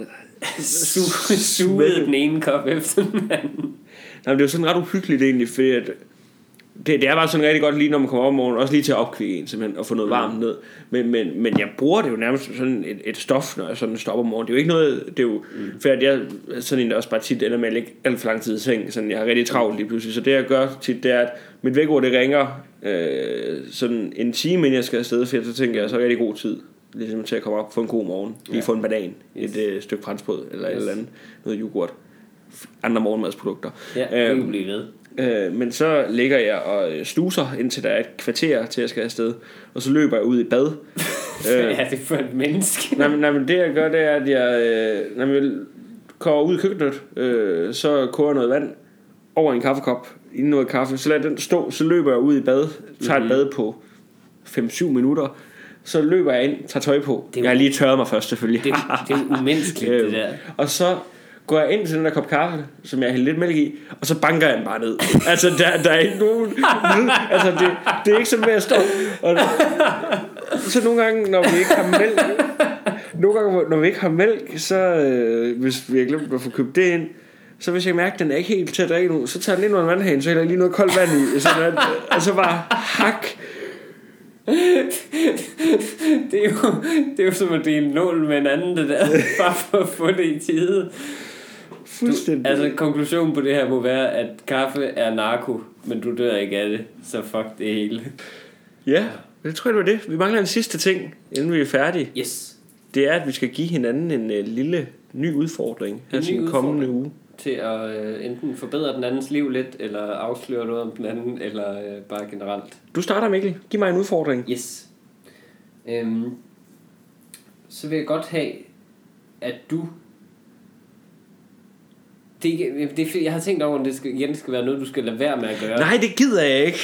sugede den ene kop efter den anden. Nej, det var sådan ret uhyggeligt egentlig, fordi at det, det er bare sådan rigtig godt lige når man kommer op om morgenen, også lige til at opkvikke en simpelthen og få noget varmt ned. Men, men, men jeg bruger det jo nærmest sådan et, et stof, når jeg sådan stopper om morgenen. Det er jo ikke noget, det er jo, mm. for at jeg sådan en der også bare tit ender med at ligge alt for lang tid i seng, sådan jeg har rigtig travlt lige pludselig. Så det jeg gør tit, det er at mit vækord det ringer øh, sådan en time inden jeg skal afsted, for så tænker jeg så er rigtig god tid ligesom til at komme op for en god morgen, lige ja. Få en banan, yes. et øh, stykke franskbrød eller yes. et eller andet, noget yoghurt, andre morgenmadsprodukter. Ja, det kan blive ved. Øh, men så ligger jeg og stuser indtil der er et kvarter til jeg skal afsted, og så løber jeg ud i bad. Hvad er det for et menneske? nej, men, nej, men det jeg gør, det er at jeg, øh, når jeg kommer ud i køkkenet, øh, så koger noget vand over en kaffekop, inden noget kaffe, så lader den stå, så løber jeg ud i bad, tager mm-hmm. et bad på fem til syv minutter, så løber jeg ind, tager tøj på. Jeg har lige tørret mig først selvfølgelig. Det, det er jo umenneskeligt det der. Og så går jeg ind til den der kop kaffe, som jeg har hældt lidt mælk i, og så banker jeg den bare ned. Altså, der, der er ikke nogen lyd. Altså, det, det er ikke sådan, at jeg står. Og så nogle gange, når vi ikke har mælk, nogle gange, når vi ikke har mælk, så øh, hvis vi har glemt at få købt det ind, så hvis jeg mærker, at den er ikke helt til at drikke nu, så tager den ind under vandhanen, så hælder jeg lige noget koldt vand i, sådan at, og så bare hak. det, er jo, det er jo som at det er en nål med en anden, det der, bare for at få det i tide. Fuldstændig. Du, altså konklusionen på det her må være, at kaffe er narko, men du dør ikke af det, så fuck det hele. Ja, det tror jeg det var det. Vi mangler en sidste ting, inden vi er færdige. Yes. Det er, at vi skal give hinanden en uh, lille ny udfordring her til den kommende uge. Til at uh, enten forbedre den andens liv lidt, eller afsløre noget om den anden, eller uh, bare generelt. Du starter, Mikkel. Giv mig en udfordring. Yes. Øhm, så vil jeg godt have, at du... Det, det, jeg har tænkt over, at det skal, igen skal være noget, du skal lade være med at gøre. Nej, det gider jeg ikke.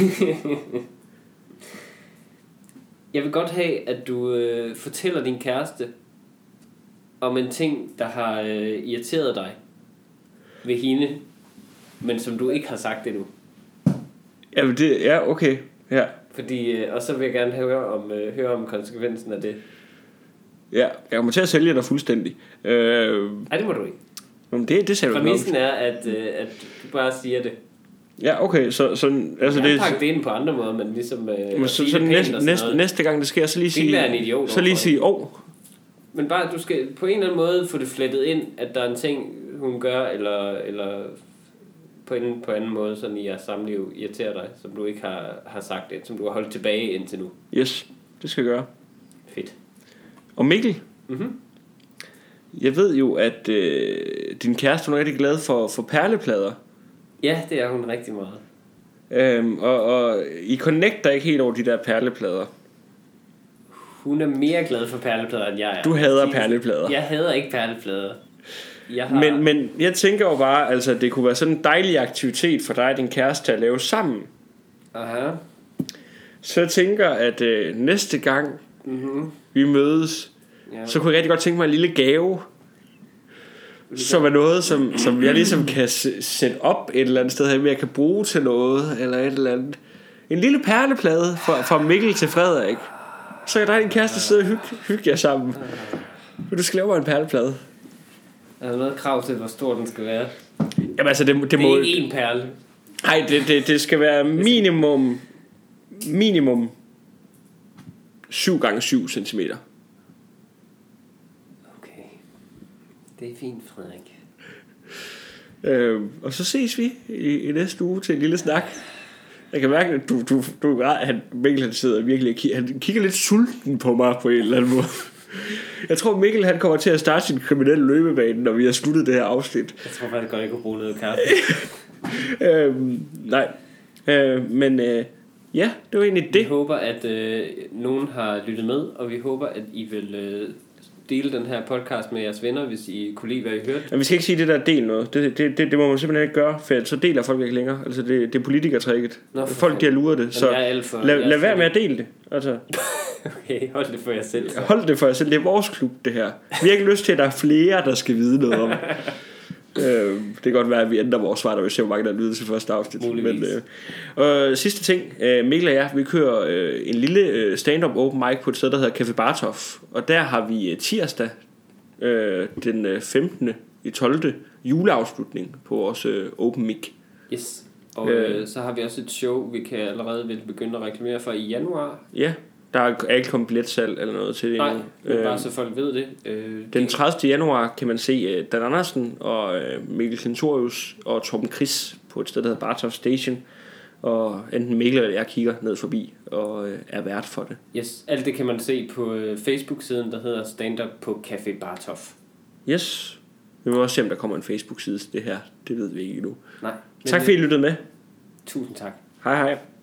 Jeg vil godt have, at du øh, fortæller din kæreste om en ting, der har øh, irriteret dig ved hende, men som du ikke har sagt endnu. Ja, det, ja, okay. Ja. Fordi, øh, og så vil jeg gerne høre om, øh, høre om konsekvensen af det. Ja, jeg kommer til at sælge dig fuldstændig. Øh... Nej, det må du ikke. Men det, det sagde du. Præmissen er, at, øh, at du bare siger det. Ja, okay, så, så altså jeg det. har pakket det ind på andre måder, men ligesom øh, men så, så næste, næste, næste gang det sker, så lige sige. Det er en idiot. Så lige sige, åh. Oh. Men bare du skal på en eller anden måde få det flettet ind, at der er en ting hun gør eller eller på en på anden måde, sådan i jeres samliv irriterer dig, som du ikke har har sagt det, som du har holdt tilbage indtil nu. Yes, det skal jeg gøre. Fedt. Og Mikkel. Mhm. Jeg ved jo, at øh, din kæreste er rigtig glad for, for perleplader. Ja, det er hun rigtig meget. Øhm, og, og I connecter ikke helt over de der perleplader. Hun er mere glad for perleplader, end jeg er. Du hader perleplader. Jeg hader ikke perleplader. Jeg har... men, men jeg tænker jo bare, altså det kunne være sådan en dejlig aktivitet for dig og din kæreste at lave sammen. Aha. Så jeg tænker, at øh, næste gang mm-hmm. vi mødes, ja. Så kunne jeg rigtig godt tænke mig en lille gave, som er noget, som, som jeg ligesom kan s- sætte op et eller andet sted her, jeg kan bruge til noget, eller et eller andet. En lille perleplade fra, fra Mikkel til Frederik. Så kan dig og din kæreste sidde og hygge, hygge jer sammen. Men du skal lave mig en perleplade. Er der noget krav til, hvor stor den skal være? Jamen altså, det, det, det må... er ikke én perle. Nej, det, det, det skal være minimum... Minimum... syv gange syv centimeter. Okay. Det er fint, Frederik. Øh, og så ses vi i, i næste uge til en lille snak. Jeg kan mærke, at du, du, du, han, Mikkel han sidder virkelig og han kigger lidt sulten på mig på en eller anden måde. Jeg tror, Mikkel han kommer til at starte sin kriminelle løbebane, når vi har sluttet det her afsnit. Jeg tror faktisk godt, jeg kunne bruge noget kaffe. øhm, nej. Øh, men øh, ja, det var egentlig det. Vi håber, at øh, nogen har lyttet med, og vi håber, at I vil øh, dele den her podcast med jeres venner, hvis I kunne lide, hvad I hørte. Men vi skal ikke sige det der del noget. Det, det, det, det må man simpelthen ikke gøre, for så deler folk ikke længere. Altså det, det er politikertrækket. Folk de har luret det, så lad, lad være med at dele det. Altså. Okay, hold det for jer selv. Så. Hold det for jer selv. Det er vores klub, det her. Vi har ikke lyst til, at der er flere, der skal vide noget om. øh, det kan godt være, at vi ændrer vores svar, når vi ser, hvor mange der lyder til første afsnit. Men, øh, øh, sidste ting. Øh, Mikkel og jeg, vi kører øh, en lille øh, stand-up open mic på et sted, der hedder Café Bartof. Og der har vi øh, tirsdag øh, den øh, femtende i tolvte juleafslutning på vores øh, open mic. Yes. Og øh, øh, så har vi også et show, vi kan allerede vil begynde at reklamere for i januar. Ja. Der er ikke kommet billetsalg eller noget til det endnu. Nej, øh, bare så folk ved det. Øh, den tredivte januar kan man se uh, Dan Andersen og uh, Mikkel Klintorius og Torben Chris på et sted, der hedder Bartof Station. Og enten Mikkel eller jeg kigger ned forbi og uh, er vært for det. Yes, alt det kan man se på uh, Facebook-siden, der hedder Stand Up på Café Bartof. Yes. Vi må også se, om der kommer en Facebook-side til det her. Det ved vi ikke endnu. Nej. Tak fordi I lyttede med. Tusind tak. Hej hej.